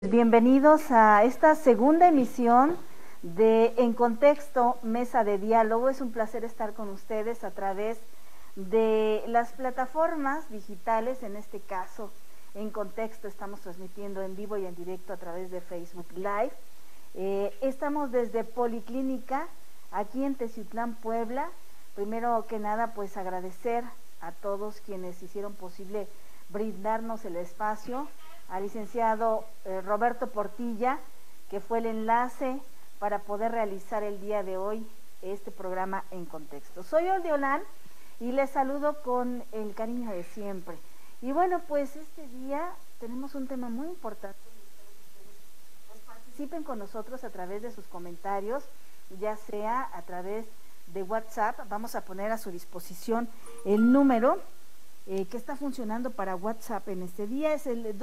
Bienvenidos a esta segunda emisión de En Contexto, Mesa de Diálogo. Es un placer estar con ustedes a través de las plataformas digitales, en este caso En Contexto estamos transmitiendo en vivo y en directo a través de Facebook Live. Estamos desde Policlínica, aquí en Teciutlán, Puebla. Primero que nada, pues agradecer a todos quienes hicieron posible brindarnos el espacio, al licenciado Roberto Portilla, que fue el enlace para poder realizar el día de hoy este programa En Contexto. Soy Oldeolán y les saludo con el cariño de siempre. Y bueno, pues este día tenemos un tema muy importante. Pues participen con nosotros a través de sus comentarios, ya sea a través de WhatsApp. Vamos a poner a su disposición el número que está funcionando para WhatsApp en este día. Es el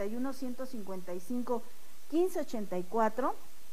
231-155-1584.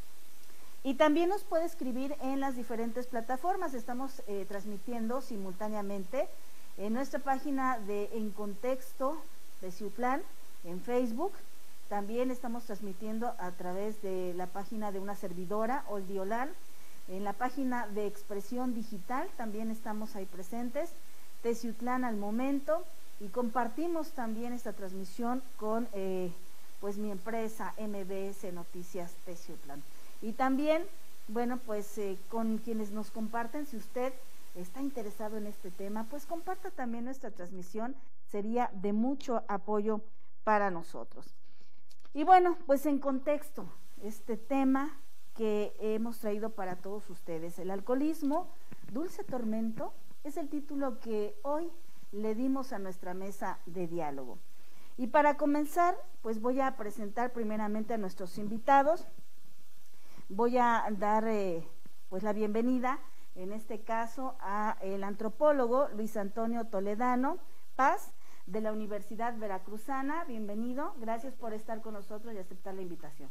Y también nos puede escribir en las diferentes plataformas. Estamos transmitiendo simultáneamente en nuestra página de En Contexto de Ciutlán, en Facebook. También estamos transmitiendo a través de la página de una servidora, Oldeolán. En la página de Expresión Digital también estamos ahí presentes. Teciutlán al momento, y compartimos también esta transmisión con pues mi empresa MBS Noticias Teciutlán. Y también, bueno, pues con quienes nos comparten, si usted está interesado en este tema, pues comparta también nuestra transmisión, sería de mucho apoyo para nosotros. Y bueno, pues en contexto, este tema que hemos traído para todos ustedes, el alcoholismo, dulce tormento, es el título que hoy le dimos a nuestra mesa de diálogo. Y para comenzar, pues voy a presentar primeramente a nuestros invitados. Voy a dar pues la bienvenida, en este caso, a el antropólogo Luis Antonio Toledano Paz, de la Universidad Veracruzana. Bienvenido, gracias por estar con nosotros y aceptar la invitación.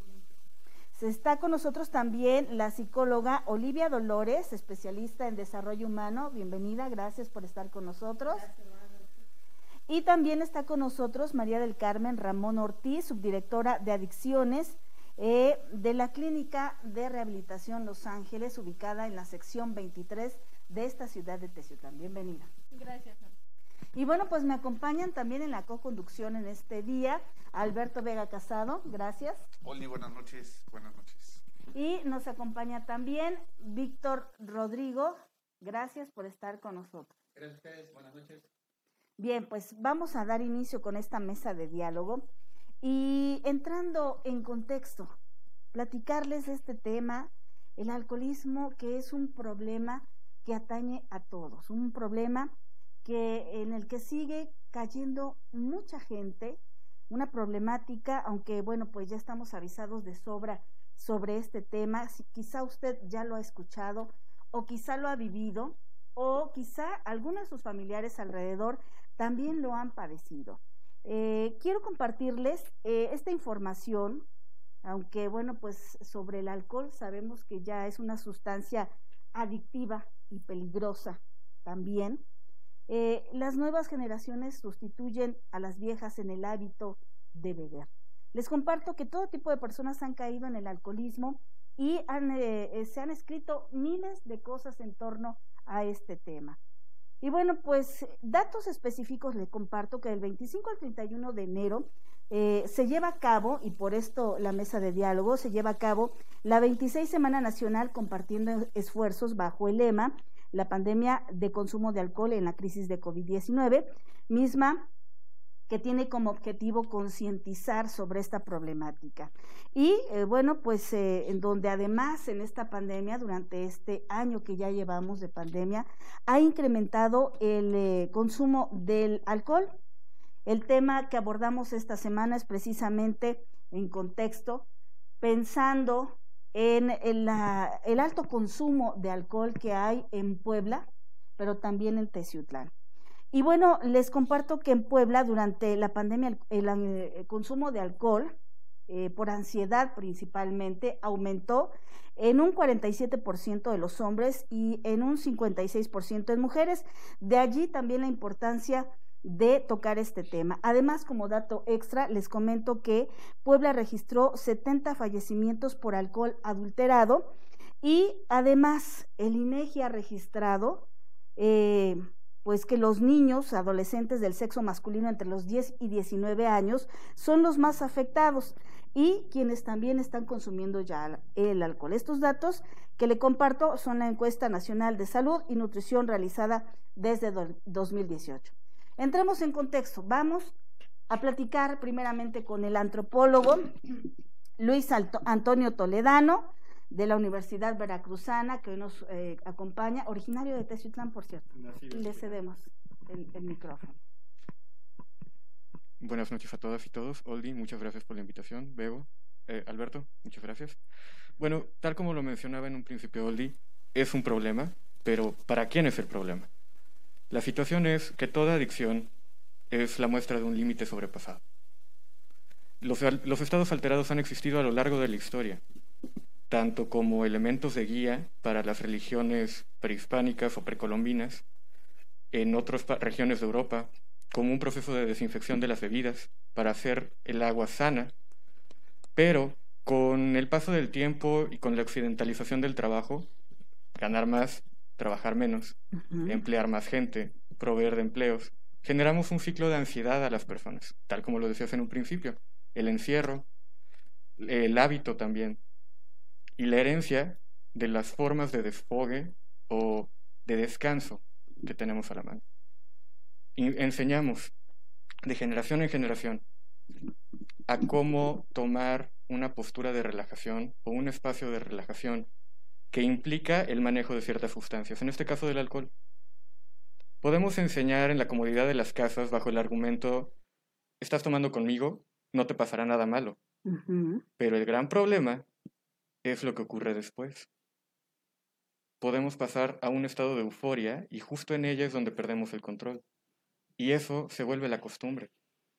Está con nosotros también la psicóloga Olivia Dolores, especialista en desarrollo humano. Bienvenida, gracias por estar con nosotros. Gracias. Y también está con nosotros María del Carmen Ramón Ortiz, subdirectora de adicciones de la Clínica de Rehabilitación Los Ángeles, ubicada en la sección 23 de esta ciudad de Teciutlán. Bienvenida. Gracias. Y bueno, pues me acompañan también en la co-conducción en este día Alberto Vega Casado, gracias. Oli, buenas noches, buenas noches. Y nos acompaña también Víctor Rodrigo, gracias por estar con nosotros. Gracias a ustedes, buenas noches. Bien, pues vamos a dar inicio con esta mesa de diálogo y entrando en contexto, platicarles este tema, el alcoholismo, que es un problema que atañe a todos, un problema en el que sigue cayendo mucha gente, una problemática, aunque bueno, pues ya estamos avisados de sobra sobre este tema. Quizá usted ya lo ha escuchado, o quizá lo ha vivido, o quizá algunos de sus familiares alrededor también lo han padecido. Quiero compartirles esta información, aunque bueno, pues sobre el alcohol sabemos que ya es una sustancia adictiva y peligrosa también. Las nuevas generaciones sustituyen a las viejas en el hábito de beber. Les comparto que todo tipo de personas han caído en el alcoholismo y se han escrito miles de cosas en torno a este tema. Y bueno, pues datos específicos les comparto que del 25 al 31 de enero se lleva a cabo, y por esto la mesa de diálogo, se lleva a cabo la 26 Semana Nacional Compartiendo Esfuerzos bajo el lema La pandemia de consumo de alcohol en la crisis de COVID-19, misma que tiene como objetivo concientizar sobre esta problemática. Y bueno, pues en donde además en esta pandemia, durante este año que ya llevamos de pandemia, ha incrementado el consumo del alcohol. El tema que abordamos esta semana es precisamente en contexto, pensando en el alto consumo de alcohol que hay en Puebla, pero también en Teciutlán. Y bueno, les comparto que en Puebla durante la pandemia el consumo de alcohol, por ansiedad principalmente, aumentó en un 47% de los hombres y en un 56% en mujeres. De allí también la importancia de tocar este tema. Además, como dato extra, les comento que Puebla registró 70 fallecimientos por alcohol adulterado y además el INEGI ha registrado pues que los niños, adolescentes del sexo masculino entre los 10 y 19 años son los más afectados y quienes también están consumiendo ya el alcohol. Estos datos que le comparto son la encuesta nacional de salud y nutrición realizada desde 2018. Entremos en contexto, vamos a platicar primeramente con el antropólogo Luis Antonio Toledano, de la Universidad Veracruzana, que hoy nos acompaña, originario de Teciutlán, por cierto. Le cedemos el micrófono. Buenas noches a todas y todos. Oldi, muchas gracias por la invitación. Bebo, Alberto, muchas gracias. Bueno, tal como lo mencionaba en un principio Oldi, es un problema, pero ¿para quién es el problema? La situación es que toda adicción es la muestra de un límite sobrepasado. Los estados alterados han existido a lo largo de la historia, tanto como elementos de guía para las religiones prehispánicas o precolombinas en otras regiones de Europa, como un proceso de desinfección de las bebidas para hacer el agua sana, pero con el paso del tiempo y con la occidentalización del trabajo, ganar más, trabajar menos, emplear más gente, proveer de empleos, generamos un ciclo de ansiedad a las personas, tal como lo decías en un principio, el encierro, el hábito también, y la herencia de las formas de desfogue o de descanso que tenemos a la mano. Y enseñamos de generación en generación a cómo tomar una postura de relajación o un espacio de relajación que implica el manejo de ciertas sustancias, en este caso del alcohol. Podemos enseñar en la comodidad de las casas bajo el argumento, estás tomando conmigo, no te pasará nada malo. Pero el gran problema es lo que ocurre después. Podemos pasar a un estado de euforia y justo en ella es donde perdemos el control. Y eso se vuelve la costumbre.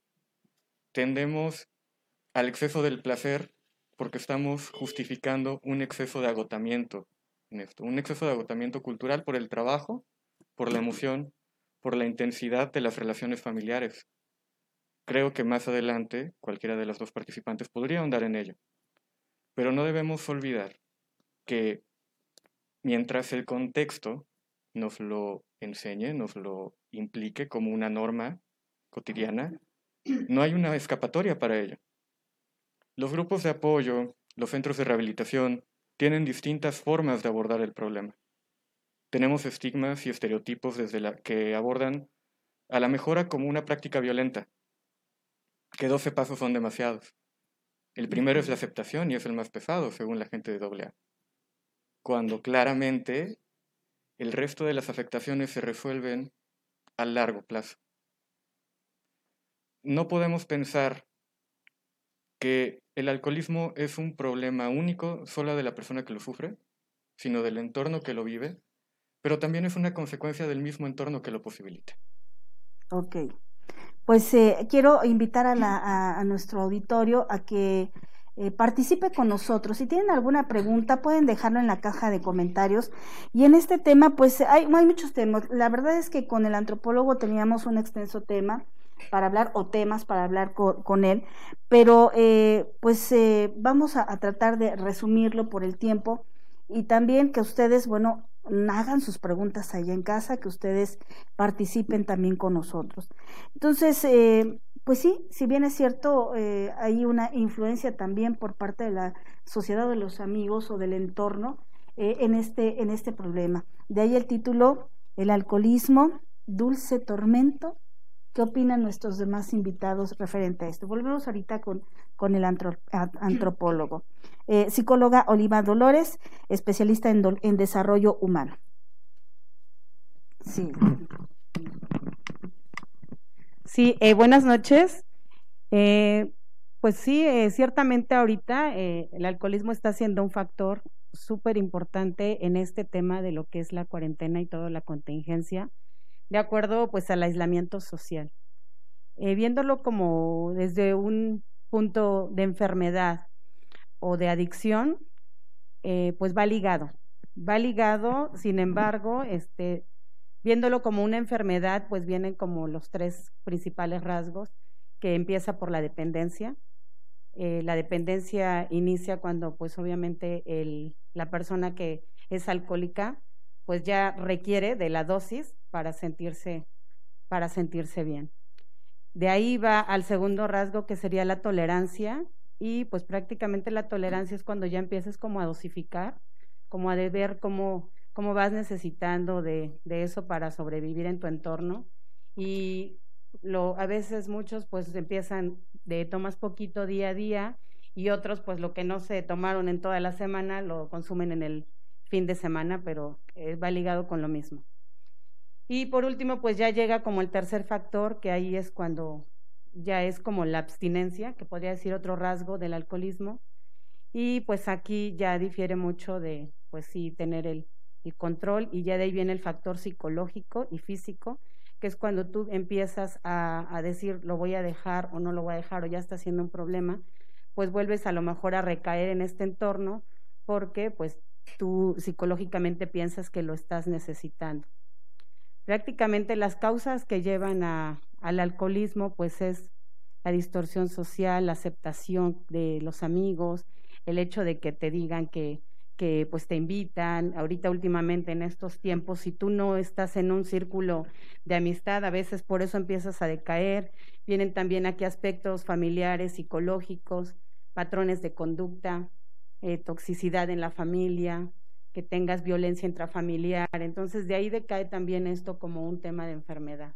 Tendemos al exceso del placer porque estamos justificando un exceso de agotamiento en esto. Un exceso de agotamiento cultural por el trabajo, por la emoción, por la intensidad de las relaciones familiares. Creo que más adelante cualquiera de los dos participantes podría ahondar en ello. Pero no debemos olvidar que mientras el contexto nos lo enseñe, nos lo implique como una norma cotidiana, no hay una escapatoria para ello. Los grupos de apoyo, los centros de rehabilitación, tienen distintas formas de abordar el problema. Tenemos estigmas y estereotipos que abordan a la mejora como una práctica violenta, que 12 pasos son demasiados. El primero es la aceptación y es el más pesado, según la gente de AA. Cuando claramente el resto de las afectaciones se resuelven a largo plazo. No podemos pensar que el alcoholismo es un problema único solo de la persona que lo sufre, sino del entorno que lo vive, pero también es una consecuencia del mismo entorno que lo posibilita. Ok. Pues quiero invitar a nuestro auditorio a que participe con nosotros. Si tienen alguna pregunta, pueden dejarlo en la caja de comentarios. Y en este tema, pues hay muchos temas. La verdad es que con el antropólogo teníamos un extenso tema para hablar, o temas para hablar con él, pero vamos a tratar de resumirlo por el tiempo y también que ustedes, bueno, hagan sus preguntas allá en casa, que ustedes participen también con nosotros. Entonces, pues sí, si bien es cierto, hay una influencia también por parte de la sociedad, de los amigos o del entorno en este problema. De ahí el título, el alcoholismo, dulce tormento. ¿Qué opinan nuestros demás invitados referente a esto? Volvemos ahorita con el antropólogo. Psicóloga Oliva Dolores, especialista en desarrollo humano. Sí. Sí, buenas noches. Pues sí, ciertamente ahorita el alcoholismo está siendo un factor súper importante en este tema de lo que es la cuarentena y toda la contingencia, de acuerdo pues al aislamiento social. Viéndolo como desde un punto de enfermedad o de adicción, pues va ligado, sin embargo, Viéndolo como una enfermedad, pues vienen como los tres principales rasgos, que empieza por la dependencia. La dependencia inicia cuando pues obviamente la persona que es alcohólica pues ya requiere de la dosis para sentirse bien. De ahí va al segundo rasgo, que sería la tolerancia, y pues prácticamente la tolerancia es cuando ya empiezas como a dosificar, como a ver cómo vas necesitando de eso para sobrevivir en tu entorno. Y a veces muchos pues empiezan tomas poquito día a día, y otros pues lo que no se tomaron en toda la semana lo consumen en el fin de semana, pero va ligado con lo mismo. Y por último, pues ya llega como el tercer factor, que ahí es cuando ya es como la abstinencia, que podría decir otro rasgo del alcoholismo. Y pues aquí ya difiere mucho de, pues sí, tener el control, y ya de ahí viene el factor psicológico y físico, que es cuando tú empiezas a decir, lo voy a dejar o no lo voy a dejar, o ya está siendo un problema, pues vuelves a lo mejor a recaer en este entorno, porque pues tú psicológicamente piensas que lo estás necesitando. Prácticamente las causas que llevan al alcoholismo pues es la distorsión social, la aceptación de los amigos, el hecho de que te digan que pues te invitan. Ahorita últimamente en estos tiempos, si tú no estás en un círculo de amistad, a veces por eso empiezas a decaer. Vienen también aquí aspectos familiares, psicológicos, patrones de conducta, toxicidad en la familia, que tengas violencia intrafamiliar. Entonces de ahí decae también esto como un tema de enfermedad.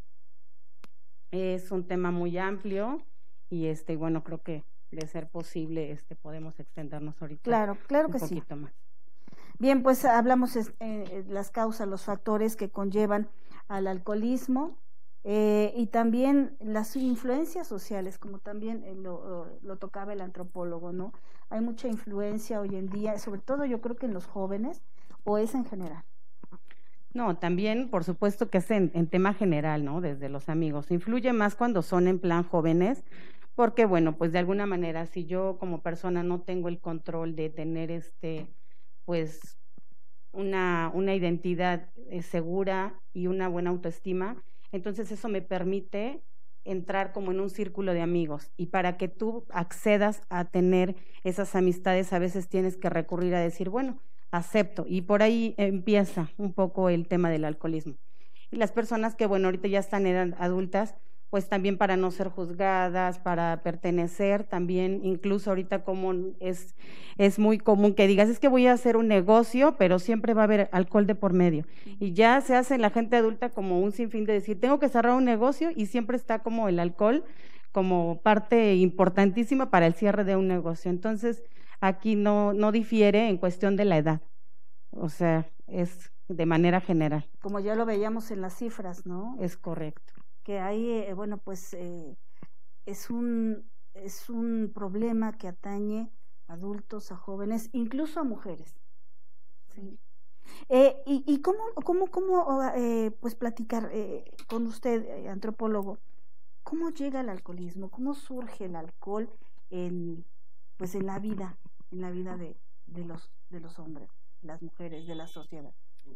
Es un tema muy amplio, y bueno, creo que de ser posible podemos extendernos ahorita. Claro que sí. Un poquito más. Bien, pues hablamos las causas, los factores que conllevan al alcoholismo, y también las influencias sociales, como también lo tocaba el antropólogo, ¿no? Hay mucha influencia hoy en día, sobre todo yo creo que en los jóvenes, o es en general. No, también por supuesto que es en tema general, ¿no? Desde los amigos. Influye más cuando son en plan jóvenes, porque bueno, pues de alguna manera, si yo como persona no tengo el control de tener pues una identidad segura y una buena autoestima, entonces eso me permite entrar como en un círculo de amigos, y para que tú accedas a tener esas amistades a veces tienes que recurrir a decir, bueno, acepto, y por ahí empieza un poco el tema del alcoholismo. Y las personas que, bueno, ahorita ya están en adultas, pues también para no ser juzgadas, para pertenecer, también incluso ahorita como es muy común que digas, es que voy a hacer un negocio, pero siempre va a haber alcohol de por medio. Y ya se hace en la gente adulta como un sinfín de decir, tengo que cerrar un negocio, y siempre está como el alcohol como parte importantísima para el cierre de un negocio. Entonces, aquí no difiere en cuestión de la edad, o sea, es de manera general. Como ya lo veíamos en las cifras, ¿no? Es correcto. Que ahí, bueno, pues es un problema que atañe a adultos, a jóvenes, incluso a mujeres. ¿Sí? ¿Y cómo pues platicar con usted, antropólogo, cómo llega el alcoholismo? ¿Cómo surge el alcohol pues en la vida de los hombres, las mujeres, de la sociedad?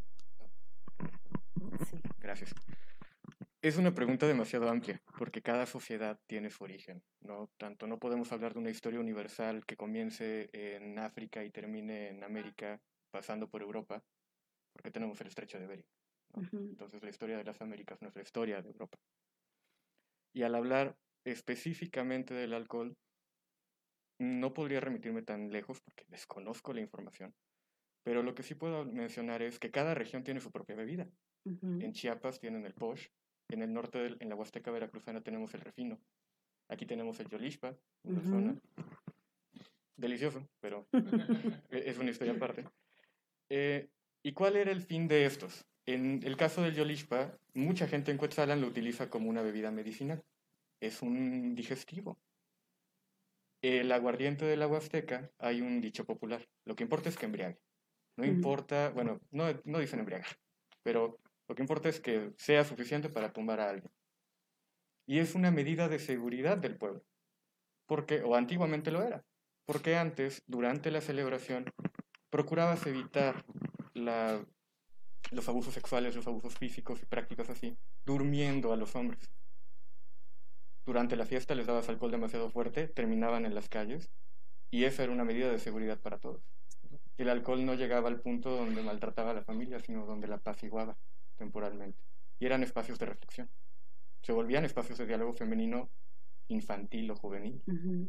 Sí. Gracias. Es una pregunta demasiado amplia, porque cada sociedad tiene su origen, ¿no? No podemos hablar de una historia universal que comience en África y termine en América, pasando por Europa, porque tenemos el Estrecho de Bering, ¿no? Entonces la historia de las Américas no es la historia de Europa. Y al hablar específicamente del alcohol, no podría remitirme tan lejos porque desconozco la información, pero lo que sí puedo mencionar es que cada región tiene su propia bebida. En Chiapas tienen el posh, en el norte, en la Huasteca veracruzana tenemos el refino, aquí tenemos el yolishpa, una zona delicioso, pero es una historia aparte. ¿Y cuál era el fin de estos? En el caso del yolishpa, mucha gente en Cuetzalan lo utiliza como una bebida medicinal, es un digestivo. El aguardiente de la Huasteca, hay un dicho popular, lo que importa es que embriague. No importa, bueno, no dicen embriagar, pero lo que importa es que sea suficiente para tumbar a alguien. Y es una medida de seguridad del pueblo, o antiguamente lo era, porque antes, durante la celebración, procurabas evitar los abusos sexuales, los abusos físicos y prácticas así, durmiendo a los hombres. Durante la fiesta les dabas alcohol demasiado fuerte, terminaban en las calles, y esa era una medida de seguridad para todos. El alcohol no llegaba al punto donde maltrataba a la familia, sino donde la apaciguaba temporalmente. Y eran espacios de reflexión. Se volvían espacios de diálogo femenino, infantil o juvenil.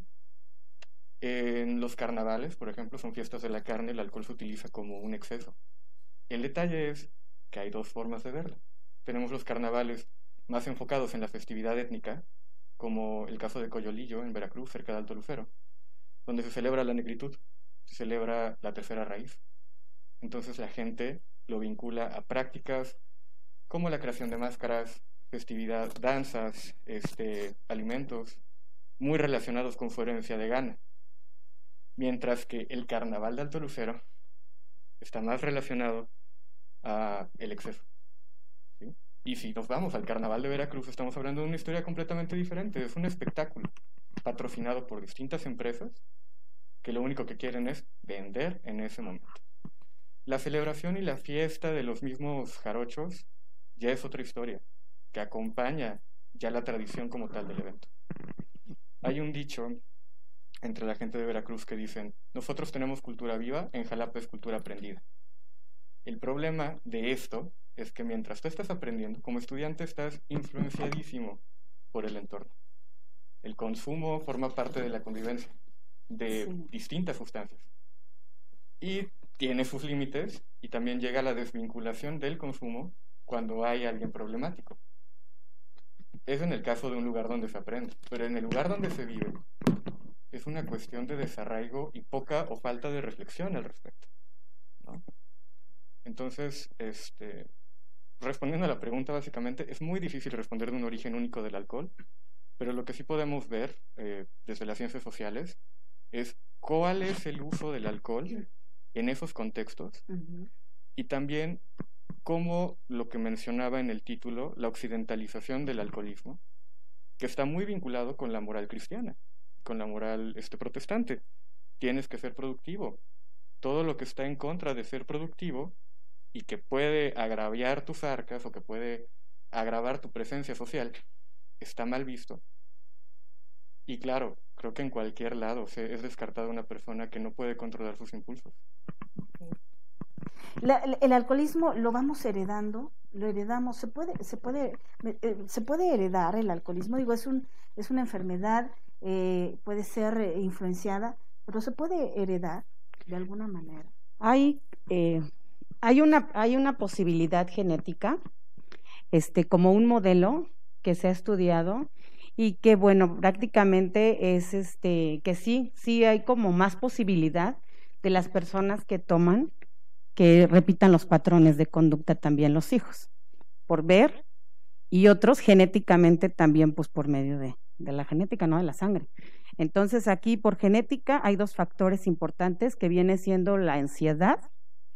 En los carnavales, por ejemplo, son fiestas de la carne, el alcohol se utiliza como un exceso. El detalle es que hay dos formas de verlo. Tenemos los carnavales más enfocados en la festividad étnica, como el caso de Coyolillo, en Veracruz, cerca de Alto Lucero, donde se celebra la negritud, se celebra la tercera raíz. Entonces la gente lo vincula a prácticas como la creación de máscaras, festividad, danzas, alimentos, muy relacionados con su herencia de Ghana. Mientras que el carnaval de Alto Lucero está más relacionado a el exceso. ¿Sí? Y si nos vamos al carnaval de Veracruz, estamos hablando de una historia completamente diferente. Es un espectáculo patrocinado por distintas empresas que lo único que quieren es vender en ese momento. La celebración y la fiesta de los mismos jarochos ya es otra historia, que acompaña ya la tradición como tal del evento. Hay un dicho entre la gente de Veracruz que dicen: nosotros tenemos cultura viva, en Jalapa es cultura aprendida. El problema de esto es que mientras tú estás aprendiendo, como estudiante estás influenciadísimo por el entorno. El consumo forma parte de la convivencia de distintas sustancias y tiene sus límites, y también llega la desvinculación del consumo cuando hay alguien problemático. Es en el caso de un lugar donde se aprende, pero en el lugar donde se vive es una cuestión de desarraigo y poca o falta de reflexión al respecto, ¿no? Entonces, respondiendo a la pregunta, básicamente, es muy difícil responder de un origen único del alcohol, pero lo que sí podemos ver desde las ciencias sociales es cuál es el uso del alcohol en esos contextos, y también cómo lo que mencionaba en el título, la occidentalización del alcoholismo, que está muy vinculado con la moral cristiana, con la moral protestante. Tienes que ser productivo. Todo lo que está en contra de ser productivo y que puede agraviar tus arcas o que puede agravar tu presencia social está mal visto. Y claro, creo que en cualquier lado es descartada una persona que no puede controlar sus impulsos. El alcoholismo lo vamos heredando, lo heredamos, se puede heredar el alcoholismo. Digo, es una enfermedad, puede ser influenciada, pero se puede heredar de alguna manera. Hay una posibilidad genética, como un modelo que se ha estudiado y que, bueno, prácticamente es que sí hay como más posibilidad de las personas que toman que repitan los patrones de conducta también los hijos, por ver, y otros genéticamente también pues por medio de la genética, ¿no? De la sangre. Entonces aquí por genética hay dos factores importantes que viene siendo la ansiedad,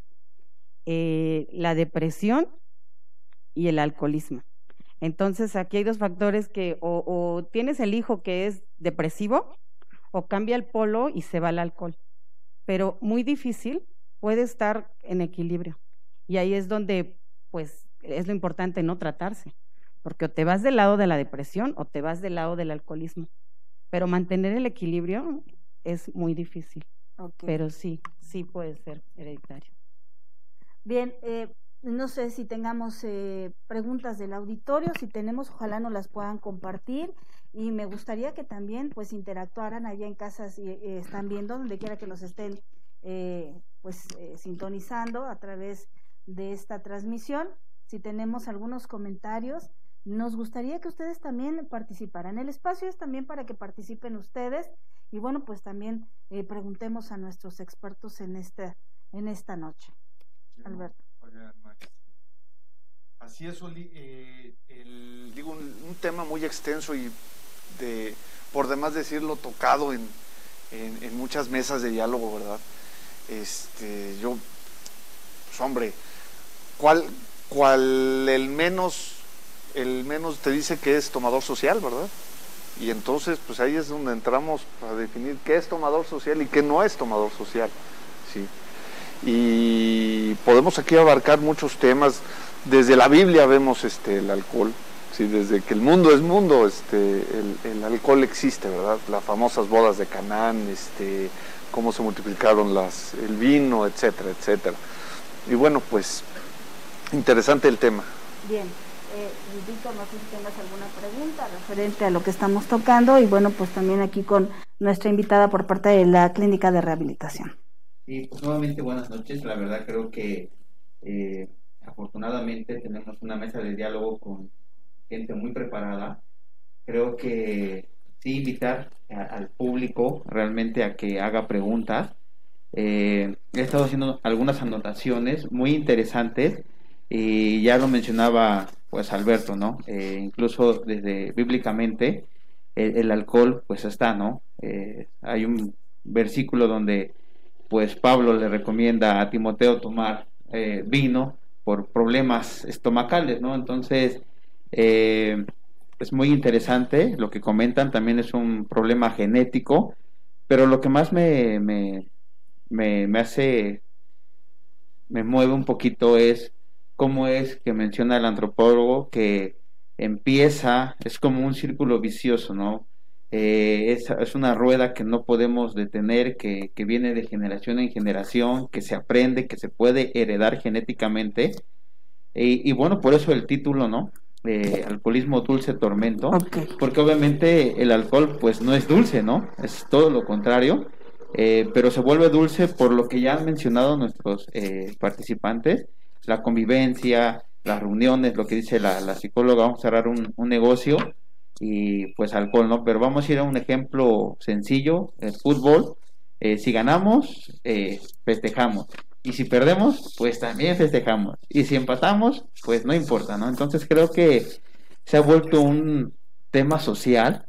la depresión y el alcoholismo. Entonces aquí hay dos factores que o tienes el hijo que es depresivo o cambia el polo y se va al alcohol, pero muy difícil puede estar en equilibrio, y ahí es donde pues es lo importante no tratarse, porque o te vas del lado de la depresión o te vas del lado del alcoholismo, pero mantener el equilibrio es muy difícil. Pero sí puede ser hereditario. Bien, no sé si tengamos preguntas del auditorio. Si tenemos, ojalá nos las puedan compartir, y me gustaría que también pues interactuaran allá en casa, si están viendo, donde quiera que nos estén sintonizando a través de esta transmisión. Si tenemos algunos comentarios, nos gustaría que ustedes también participaran. El espacio es también para que participen ustedes, y bueno, pues también preguntemos a nuestros expertos en esta noche. Alberto. Así es, Oli. Digo, un tema muy extenso y por demás decirlo, tocado en muchas mesas de diálogo, ¿verdad? Yo, pues hombre, ¿cuál el menos te dice que es tomador social, ¿verdad? Y entonces, pues ahí es donde entramos a definir qué es tomador social y qué no es tomador social, ¿sí? y podemos aquí abarcar muchos temas. Desde la Biblia vemos el alcohol, ¿sí? Desde que el mundo es mundo, el alcohol existe, ¿verdad? Las famosas bodas de Canaán, cómo se multiplicaron el vino, etcétera, etcétera. Y bueno, pues interesante el tema. Bien, Víctor, no sé si tengas alguna pregunta referente a lo que estamos tocando, y bueno, pues también aquí con nuestra invitada por parte de la Clínica de Rehabilitación. Y pues nuevamente buenas noches. La verdad creo que afortunadamente tenemos una mesa de diálogo con gente muy preparada. Creo que sí invitar al público realmente a que haga preguntas. He estado haciendo algunas anotaciones muy interesantes y ya lo mencionaba pues Alberto, ¿no? Incluso desde bíblicamente el alcohol pues está, ¿no? Hay un versículo donde pues Pablo le recomienda a Timoteo tomar vino por problemas estomacales, ¿no? Entonces es muy interesante lo que comentan. También es un problema genético, pero lo que más me mueve un poquito es cómo es que menciona el antropólogo que es como un círculo vicioso, ¿no? Es una rueda que no podemos detener, que viene de generación en generación, que se aprende, que se puede heredar genéticamente, y bueno, por eso el título, ¿no? Alcoholismo dulce tormento, Okay. Porque obviamente el alcohol pues no es dulce, ¿no? Es todo lo contrario, pero se vuelve dulce por lo que ya han mencionado nuestros participantes, la convivencia, las reuniones, lo que dice la psicóloga. Vamos a cerrar un negocio y pues alcohol, ¿no? Pero vamos a ir a un ejemplo sencillo, el fútbol. Si ganamos, festejamos, y si perdemos, pues también festejamos, y si empatamos, pues no importa, ¿no? Entonces creo que se ha vuelto un tema social,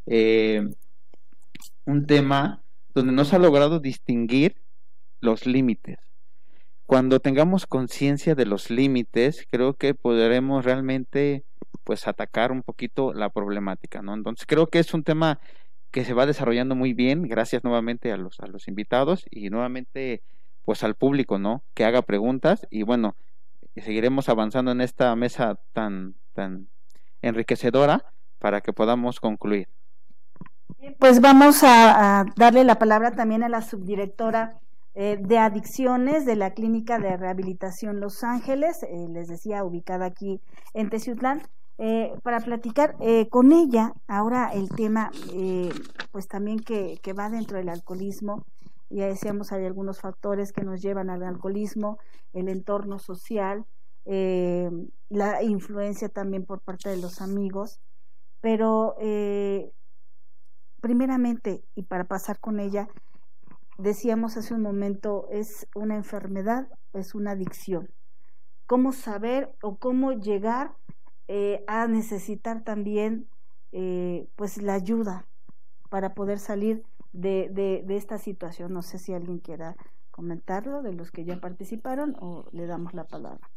un tema donde no se ha logrado distinguir los límites. Cuando tengamos conciencia de los límites, creo que podremos realmente pues atacar un poquito la problemática, ¿no? Entonces creo que es un tema que se va desarrollando muy bien. Gracias nuevamente a los invitados y nuevamente pues al público, ¿no? Que haga preguntas, y bueno, seguiremos avanzando en esta mesa tan enriquecedora para que podamos concluir. Pues vamos a darle la palabra también a la subdirectora de adicciones de la Clínica de Rehabilitación Los Ángeles, les decía, ubicada aquí en Teciutlán, para platicar con ella ahora el tema pues también que va dentro del alcoholismo. Ya decíamos, hay algunos factores que nos llevan al alcoholismo, el entorno social, la influencia también por parte de los amigos, pero primeramente, y para pasar con ella, decíamos hace un momento, es una enfermedad, es una adicción. ¿Cómo saber o cómo llegar a necesitar también pues la ayuda para poder salir de esta situación? No sé si alguien quiera comentarlo de los que ya participaron, o le damos la palabra.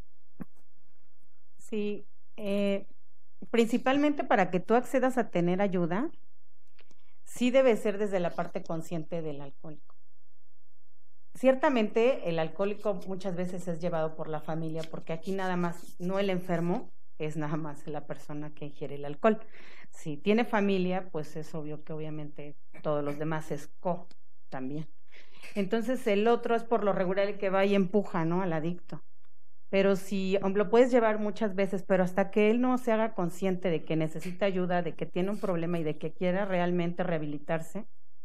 Sí, principalmente para que tú accedas a tener ayuda, sí debe ser desde la parte consciente del alcohólico. Ciertamente el alcohólico muchas veces es llevado por la familia, porque aquí nada más, no el enfermo, es nada más la persona que ingiere el alcohol. Si tiene familia, pues es obvio que obviamente todos los demás es también. Entonces el otro es por lo regular el que va y empuja, ¿no?, al adicto. Pero si lo puedes llevar muchas veces, pero hasta que él no se haga consciente de que necesita ayuda, de que tiene un problema y de que quiera realmente rehabilitarse,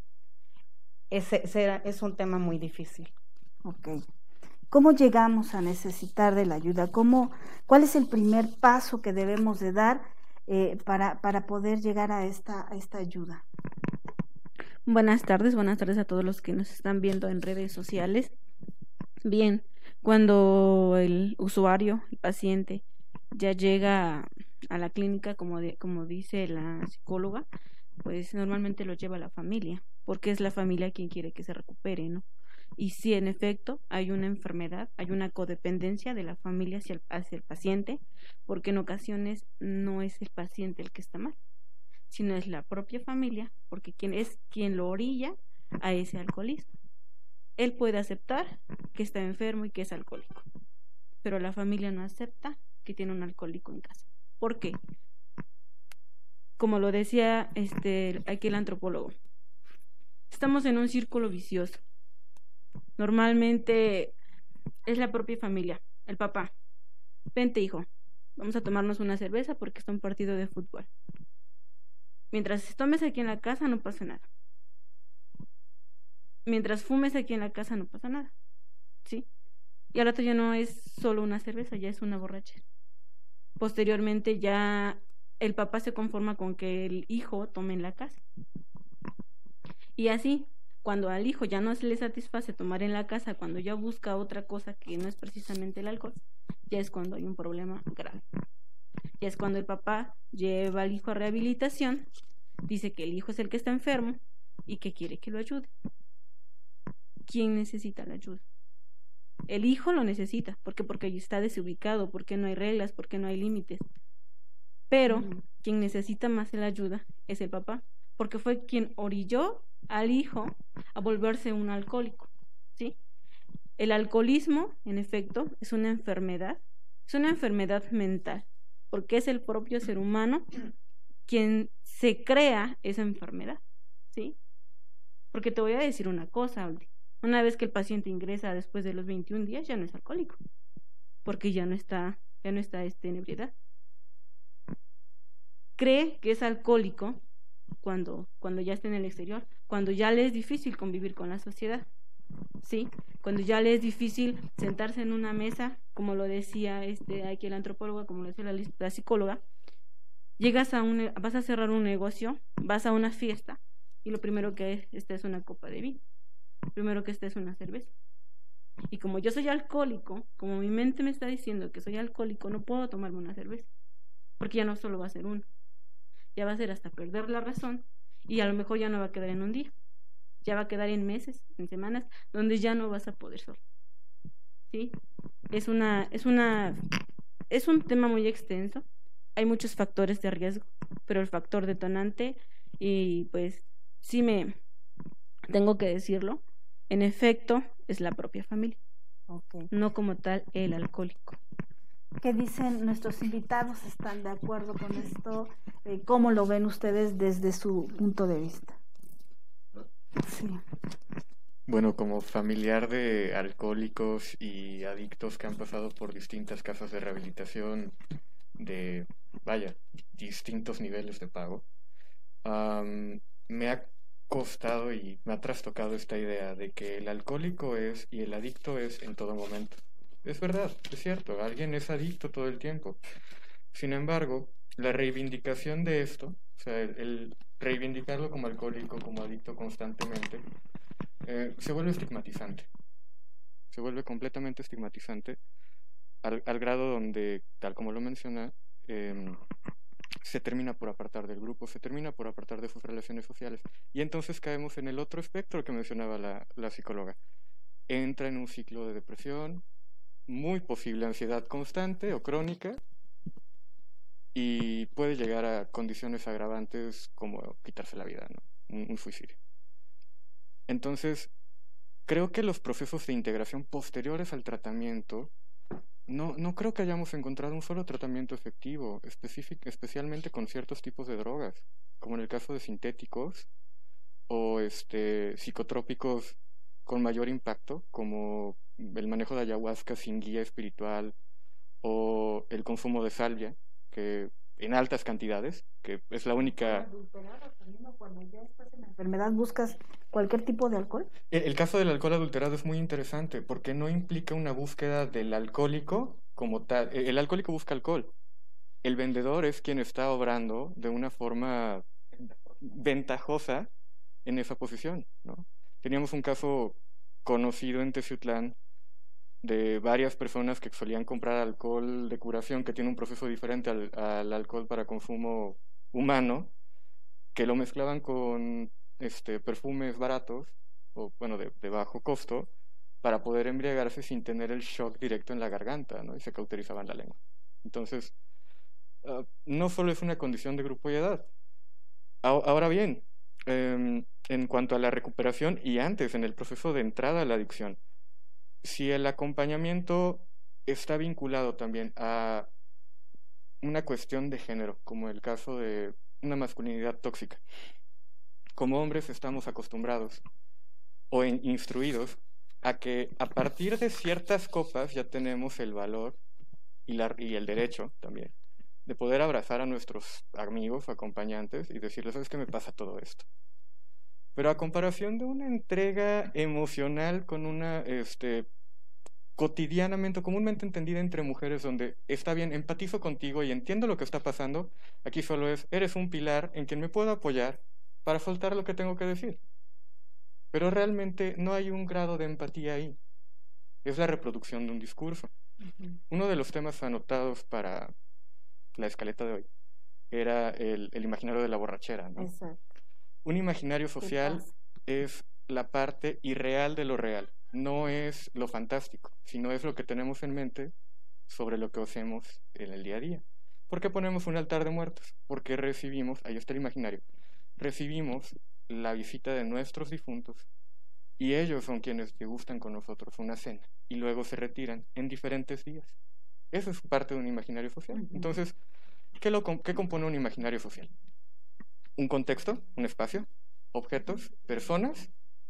es un tema muy difícil. Okay. ¿Cómo llegamos a necesitar de la ayuda? ¿Cuál es el primer paso que debemos de dar para poder llegar a esta ayuda? Buenas tardes a todos los que nos están viendo en redes sociales. Bien, cuando el usuario, el paciente, ya llega a la clínica, como dice la psicóloga, pues normalmente lo lleva a la familia, porque es la familia quien quiere que se recupere, ¿no? Y si en efecto hay una enfermedad, hay una codependencia de la familia hacia el paciente, porque en ocasiones no es el paciente el que está mal, sino es la propia familia, porque quien lo orilla a ese alcoholismo. Él puede aceptar que está enfermo y que es alcohólico, pero la familia no acepta que tiene un alcohólico en casa. ¿Por qué? Como lo decía aquí el antropólogo, estamos en un círculo vicioso. Normalmente es la propia familia, el papá. Vente, hijo, vamos a tomarnos una cerveza porque está un partido de fútbol. Mientras tomes aquí en la casa no pasa nada. Mientras fumes aquí en la casa no pasa nada, ¿sí? Y al rato ya no es solo una cerveza, ya es una borrachera. Posteriormente ya el papá se conforma con que el hijo tome en la casa. Y así, cuando al hijo ya no se le satisface tomar en la casa, cuando ya busca otra cosa que no es precisamente el alcohol, ya es cuando hay un problema grave. Ya es cuando el papá lleva al hijo a rehabilitación, dice que el hijo es el que está enfermo y que quiere que lo ayude. ¿Quién necesita la ayuda? El hijo lo necesita, porque está desubicado, porque no hay reglas, porque no hay límites. Pero quien necesita más la ayuda es el papá, porque fue quien orilló al hijo a volverse un alcohólico, ¿sí? El alcoholismo, en efecto, es una enfermedad mental, porque es el propio ser humano quien se crea esa enfermedad, ¿sí? Porque te voy a decir una cosa, Aldi. Una vez que el paciente ingresa después de los 21 días, ya no es alcohólico, porque ya no está en ebriedad. Cree que es alcohólico cuando ya está en el exterior, cuando ya le es difícil convivir con la sociedad, ¿sí? Cuando ya le es difícil sentarse en una mesa, como lo decía aquí el antropólogo, como lo decía la psicóloga, vas a cerrar un negocio, vas a una fiesta, y lo primero que es una copa de vino. Primero que es una cerveza. Y como yo soy alcohólico, como mi mente me está diciendo que soy alcohólico, no puedo tomarme una cerveza, porque ya no solo va a ser una, ya va a ser hasta perder la razón, y a lo mejor ya no va a quedar en un día, ya va a quedar en meses, en semanas, donde ya no vas a poder solo. ¿Sí? Es un tema muy extenso, hay muchos factores de riesgo, pero el factor detonante, y pues sí me tengo que decirlo, en efecto, es la propia familia, no como tal el alcohólico. ¿Qué dicen nuestros invitados? ¿Están de acuerdo con esto? ¿Cómo lo ven ustedes desde su punto de vista? Sí. Bueno, como familiar de alcohólicos y adictos que han pasado por distintas casas de rehabilitación de, distintos niveles de pago, me ha costado y me ha trastocado esta idea de que el alcohólico es y el adicto es en todo momento. Es verdad, es cierto, alguien es adicto todo el tiempo. Sin embargo, la reivindicación de esto, o sea, el reivindicarlo como alcohólico, como adicto constantemente, se vuelve estigmatizante. Se vuelve completamente estigmatizante al grado donde, tal como lo menciona, se termina por apartar del grupo, se termina por apartar de sus relaciones sociales. Y entonces caemos en el otro espectro que mencionaba la psicóloga. Entra en un ciclo de depresión, muy posible ansiedad constante o crónica, y puede llegar a condiciones agravantes como quitarse la vida, ¿no? Un suicidio. Entonces, creo que los procesos de integración posteriores al tratamiento, no creo que hayamos encontrado un solo tratamiento efectivo, especialmente con ciertos tipos de drogas, como en el caso de sintéticos o psicotrópicos con mayor impacto, como el manejo de ayahuasca sin guía espiritual o el consumo de salvia, que en altas cantidades, que es la única... Cuando ya estás en la enfermedad, ¿buscas cualquier tipo de alcohol? El caso del alcohol adulterado es muy interesante porque no implica una búsqueda del alcohólico como tal. El alcohólico busca alcohol. El vendedor es quien está obrando de una forma ventajosa en esa posición, ¿no? Teníamos un caso conocido en Teciutlán de varias personas que solían comprar alcohol de curación que tiene un proceso diferente al alcohol para consumo humano, que lo mezclaban con perfumes baratos o bueno de bajo costo para poder embriagarse sin tener el shock directo en la garganta, ¿no? Y se cauterizaban la lengua. Entonces, no solo es una condición de grupo y edad. Ahora bien, en cuanto a la recuperación y antes, en el proceso de entrada a la adicción. Si el acompañamiento está vinculado también a una cuestión de género, como el caso de una masculinidad tóxica, como hombres estamos acostumbrados o instruidos a que a partir de ciertas copas ya tenemos el valor y el derecho también de poder abrazar a nuestros amigos, acompañantes y decirles, ¿sabes qué me pasa todo esto? Pero a comparación de una entrega emocional con una, cotidianamente, comúnmente entendida entre mujeres, donde está bien, empatizo contigo y entiendo lo que está pasando, aquí solo es, eres un pilar en quien me puedo apoyar para soltar lo que tengo que decir. Pero realmente no hay un grado de empatía ahí. Es la reproducción de un discurso. Uno de los temas anotados para la escaleta de hoy era el imaginario de la borrachera, ¿no? Exacto. Un imaginario social es la parte irreal de lo real, no es lo fantástico, sino es lo que tenemos en mente sobre lo que hacemos en el día a día. ¿Por qué ponemos un altar de muertos? Porque recibimos, ahí está el imaginario, recibimos la visita de nuestros difuntos y ellos son quienes degustan con nosotros una cena y luego se retiran en diferentes días. Eso es parte de un imaginario social. Entonces, ¿qué compone un imaginario social? Un contexto, un espacio, objetos, personas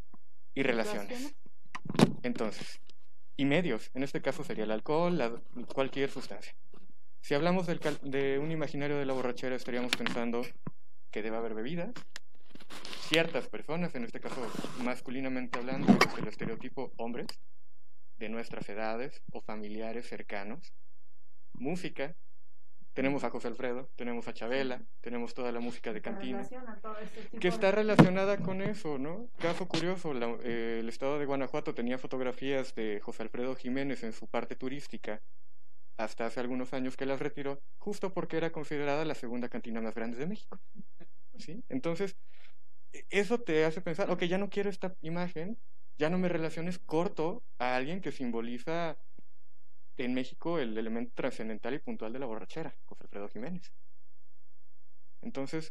y relaciones. Entonces, y medios, en este caso sería el alcohol, cualquier sustancia. Si hablamos de un imaginario de la borrachera, estaríamos pensando que debe haber bebidas, ciertas personas, en este caso masculinamente hablando, es el estereotipo hombres, de nuestras edades o familiares cercanos, música. Tenemos a José Alfredo, tenemos a Chabela, tenemos toda la música de cantina, que está relacionada con eso, ¿no? Caso curioso, el estado de Guanajuato tenía fotografías de José Alfredo Jiménez en su parte turística, hasta hace algunos años que las retiró, justo porque era considerada la segunda cantina más grande de México, ¿sí? Entonces, eso te hace pensar, ok, ya no quiero esta imagen, ya no me relaciones corto a alguien que simboliza en México el elemento trascendental y puntual de la borrachera, José Alfredo Jiménez. Entonces,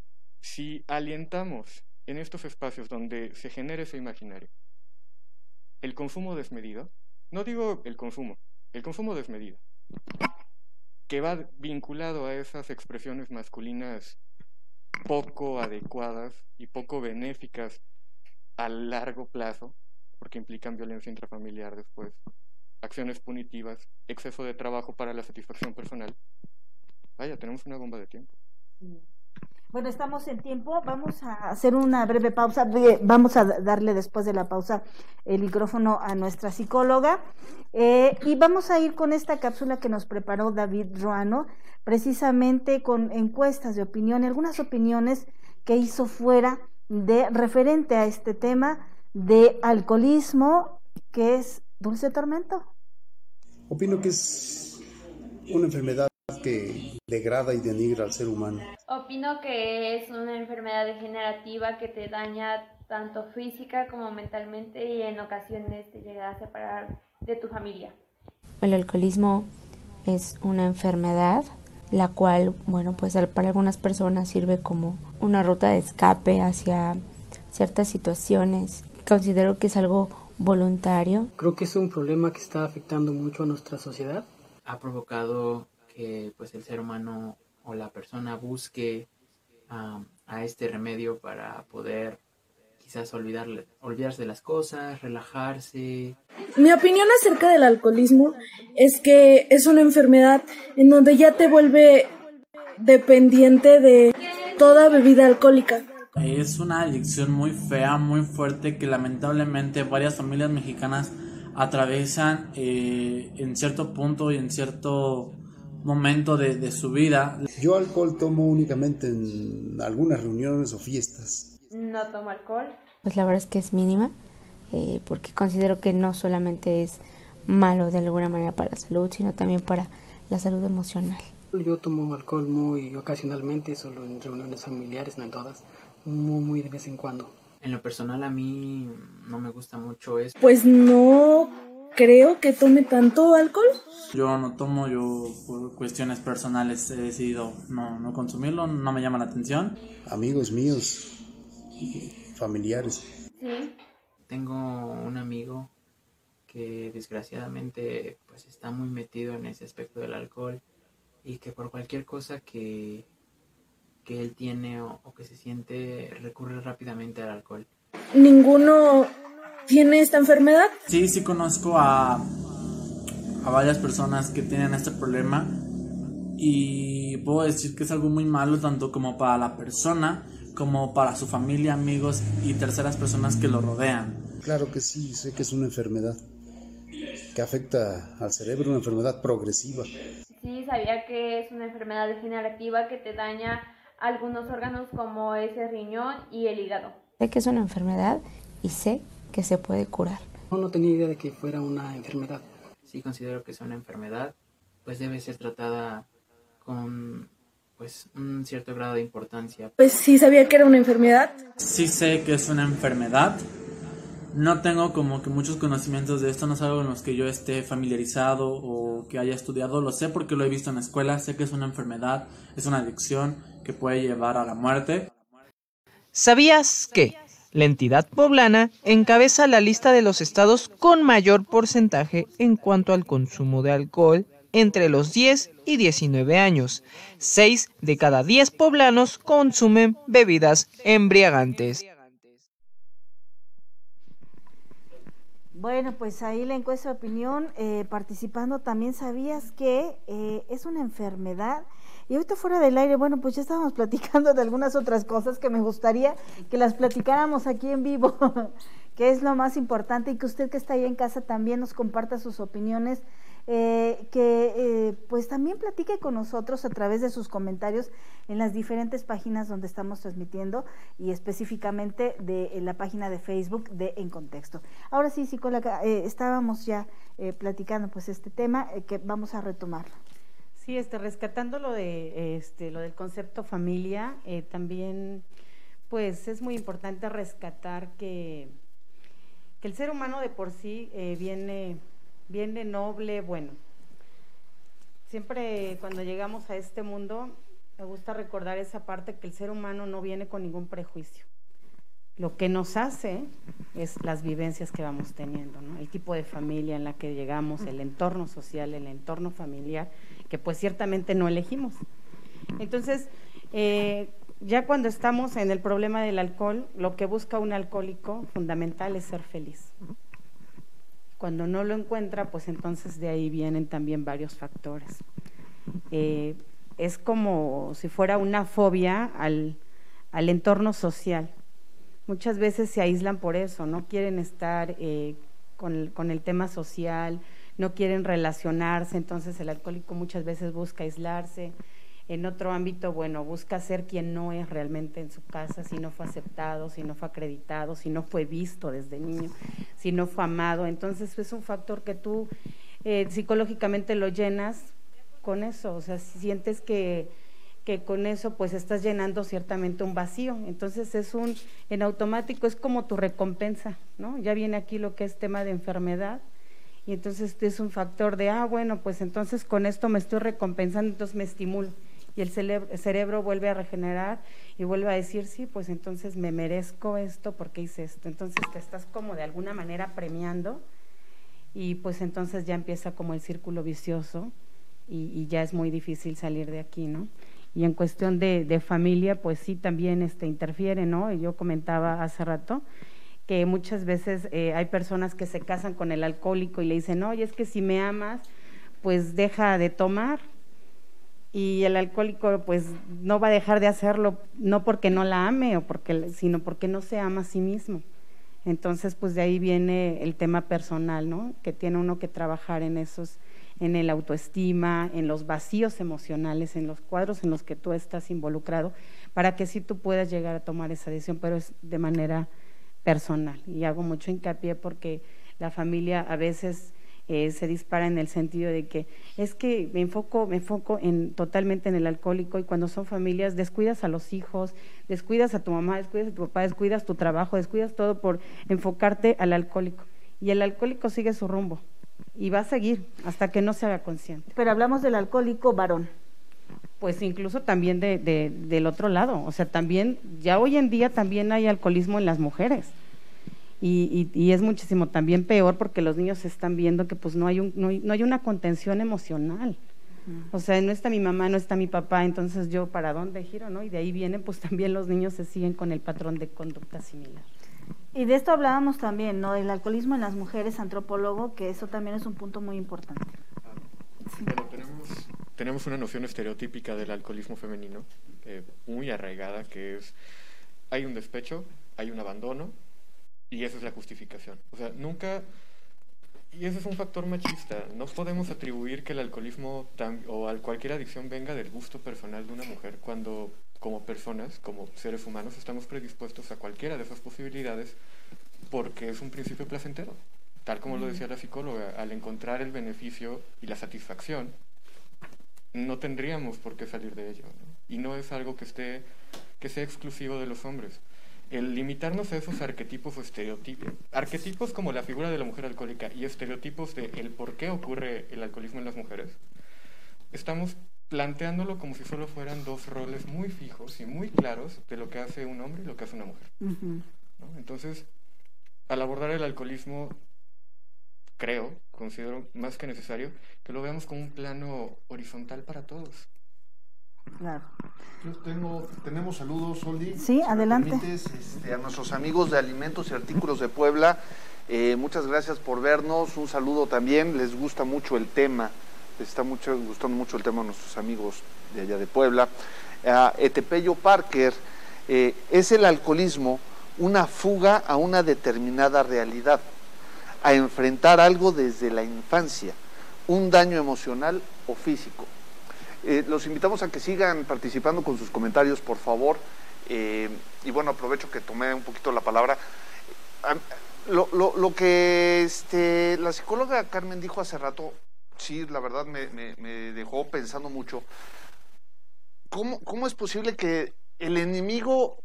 si alientamos en estos espacios donde se genera ese imaginario, el consumo desmedido, no digo el consumo desmedido, que va vinculado a esas expresiones masculinas poco adecuadas y poco benéficas a largo plazo, porque implican violencia intrafamiliar después, acciones punitivas, exceso de trabajo para la satisfacción personal. Vaya, tenemos una bomba de tiempo. Bueno, estamos en tiempo, vamos a hacer una breve pausa, vamos a darle después de la pausa el micrófono a nuestra psicóloga y vamos a ir con esta cápsula que nos preparó David Ruano, precisamente con encuestas de opinión, algunas opiniones que hizo fuera de referente a este tema de alcoholismo, que es Dulce Tormento. Opino que es una enfermedad que degrada y denigra al ser humano. Opino que es una enfermedad degenerativa que te daña tanto física como mentalmente y en ocasiones te llega a separar de tu familia. El alcoholismo es una enfermedad la cual, bueno, pues para algunas personas sirve como una ruta de escape hacia ciertas situaciones. Considero que es algo voluntario. Creo que es un problema que está afectando mucho a nuestra sociedad. Ha provocado que pues el ser humano o la persona busque a este remedio para poder quizás olvidarse de las cosas, relajarse. Mi opinión acerca del alcoholismo es que es una enfermedad en donde ya te vuelve dependiente de toda bebida alcohólica. Es una adicción muy fea, muy fuerte, que lamentablemente varias familias mexicanas atraviesan en cierto punto y en cierto momento de su vida. Yo alcohol tomo únicamente en algunas reuniones o fiestas. No tomo alcohol. Pues la verdad es que es mínima, porque considero que no solamente es malo de alguna manera para la salud, sino también para la salud emocional. Yo tomo alcohol muy ocasionalmente, solo en reuniones familiares, no en todas, muy de vez en cuando. En lo personal a mí no me gusta mucho eso. Pues no creo que tome tanto alcohol. Yo no tomo, yo por cuestiones personales he decidido no consumirlo, no me llama la atención. Amigos míos familiares. Sí. Tengo un amigo que desgraciadamente pues está muy metido en ese aspecto del alcohol y que por cualquier cosa que él tiene o que se siente recurre rápidamente al alcohol. ¿Ninguno tiene esta enfermedad? Sí conozco a varias personas que tienen este problema y puedo decir que es algo muy malo tanto como para la persona como para su familia, amigos y terceras personas que lo rodean. Claro que sí, sé que es una enfermedad que afecta al cerebro, una enfermedad progresiva. Sí, sabía que es una enfermedad degenerativa que te daña algunos órganos como es el riñón y el hígado. Sé que es una enfermedad y sé que se puede curar. No tenía idea de que fuera una enfermedad. Sí considero que es una enfermedad, pues debe ser tratada con pues un cierto grado de importancia. Pues sí sabía que era una enfermedad. Sí sé que es una enfermedad. No tengo como que muchos conocimientos de esto, no es algo en los que yo esté familiarizado o que haya estudiado, lo sé porque lo he visto en la escuela, sé que es una enfermedad, es una adicción que puede llevar a la muerte. ¿Sabías que la entidad poblana encabeza la lista de los estados con mayor porcentaje en cuanto al consumo de alcohol entre los 10 y 19 años? 6 de cada 10 poblanos consumen bebidas embriagantes. Bueno, pues ahí la encuesta de opinión, participando también, ¿sabías que es una enfermedad? Y ahorita fuera del aire, bueno, pues ya estábamos platicando de algunas otras cosas que me gustaría que las platicáramos aquí en vivo, que es lo más importante, y que usted que está ahí en casa también nos comparta sus opiniones, pues también platique con nosotros a través de sus comentarios en las diferentes páginas donde estamos transmitiendo y específicamente en la página de Facebook de En Contexto. Ahora sí, psicóloga, estábamos ya platicando pues este tema que vamos a retomarlo. Sí, rescatando lo de lo del concepto familia, también pues es muy importante rescatar que el ser humano de por sí viene noble, bueno. Siempre cuando llegamos a este mundo me gusta recordar esa parte, que el ser humano no viene con ningún prejuicio. Lo que nos hace es las vivencias que vamos teniendo, ¿no? El tipo de familia en la que llegamos, el entorno social, el entorno familiar, que pues ciertamente no elegimos. Entonces, ya cuando estamos en el problema del alcohol, lo que busca un alcohólico fundamental es ser feliz. Cuando no lo encuentra, pues entonces de ahí vienen también varios factores. Es como si fuera una fobia al entorno social. Muchas veces se aíslan por eso, no quieren estar con el tema social, no quieren relacionarse, entonces el alcohólico muchas veces busca aislarse. En otro ámbito, bueno, busca ser quien no es realmente en su casa, si no fue aceptado, si no fue acreditado, si no fue visto desde niño, si no fue amado. Entonces es un factor que tú psicológicamente lo llenas con eso, o sea, si sientes que con eso pues estás llenando ciertamente un vacío. Entonces en automático es como tu recompensa, ¿no? Ya viene aquí lo que es tema de enfermedad. Y entonces es un factor de, bueno, pues entonces con esto me estoy recompensando, entonces me estimulo. Y el cerebro vuelve a regenerar y vuelve a decir, sí, pues entonces me merezco esto porque hice esto. Entonces te estás como de alguna manera premiando y pues entonces ya empieza como el círculo vicioso y ya es muy difícil salir de aquí, ¿no? Y en cuestión de familia, pues sí, también interfiere, ¿no? Y yo comentaba hace rato que muchas veces hay personas que se casan con el alcohólico y le dicen, oye, es que si me amas, pues deja de tomar. Y el alcohólico pues no va a dejar de hacerlo, no porque no la ame, sino porque no se ama a sí mismo. Entonces pues de ahí viene el tema personal, ¿no? Que tiene uno que trabajar en el autoestima, en los vacíos emocionales, en los cuadros en los que tú estás involucrado, para que sí tú puedas llegar a tomar esa decisión, pero es de manera personal. Y hago mucho hincapié porque la familia a veces se dispara en el sentido de que es que me enfoco totalmente en el alcohólico, y cuando son familias descuidas a los hijos, descuidas a tu mamá, descuidas a tu papá, descuidas tu trabajo, descuidas todo por enfocarte al alcohólico, y el alcohólico sigue su rumbo y va a seguir hasta que no se haga consciente. Pero hablamos del alcohólico varón. pues incluso también del otro lado, o sea, también, ya hoy en día también hay alcoholismo en las mujeres, y es muchísimo también peor porque los niños están viendo que pues no hay una contención emocional, o sea, no está mi mamá, no está mi papá, entonces yo para dónde giro, ¿no? Y de ahí vienen, pues también los niños se siguen con el patrón de conducta similar. Y de esto hablábamos también, ¿no? El alcoholismo en las mujeres, antropólogo, que eso también es un punto muy importante. Sí. Bueno, tenemos una noción estereotípica del alcoholismo femenino, muy arraigada, que es, hay un despecho, hay un abandono, y esa es la justificación. O sea, nunca, y ese es un factor machista, no podemos atribuir que el alcoholismo o cualquier adicción venga del gusto personal de una mujer, cuando como personas, como seres humanos, estamos predispuestos a cualquiera de esas posibilidades porque es un principio placentero. Tal como lo decía la psicóloga, al encontrar el beneficio y la satisfacción, no tendríamos por qué salir de ello, ¿no? Y no es algo que sea exclusivo de los hombres. El limitarnos a esos arquetipos o estereotipos, arquetipos como la figura de la mujer alcohólica y estereotipos de el por qué ocurre el alcoholismo en las mujeres, estamos planteándolo como si solo fueran dos roles muy fijos y muy claros de lo que hace un hombre y lo que hace una mujer, ¿no? Entonces, al abordar el alcoholismo, considero más que necesario que lo veamos como un plano horizontal para todos. Claro. Tenemos saludos, Oldi. Sí, adelante. A nuestros amigos de Alimentos y Artículos de Puebla, muchas gracias por vernos. Un saludo también, les gusta mucho el tema, les está gustando mucho el tema a nuestros amigos de allá de Puebla. Etepeyo Parker, es el alcoholismo una fuga a una determinada realidad, a enfrentar algo desde la infancia, un daño emocional o físico. Los invitamos a que sigan participando con sus comentarios, por favor, y bueno, aprovecho que tomé un poquito la palabra. Lo que la psicóloga Carmen dijo hace rato, sí, la verdad me dejó pensando mucho. ¿Cómo es posible que el enemigo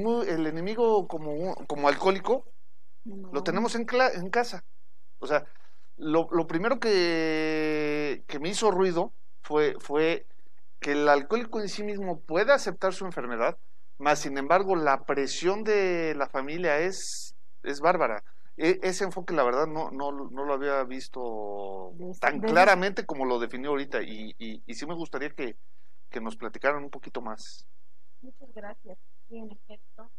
como alcohólico lo tenemos en casa? O sea, lo primero que me hizo ruido fue que el alcohólico en sí mismo puede aceptar su enfermedad, mas sin embargo la presión de la familia es bárbara. Ese enfoque, la verdad, no lo había visto tan claramente como lo definió ahorita, y sí me gustaría que nos platicaran un poquito más. Muchas gracias. Sí, en efecto,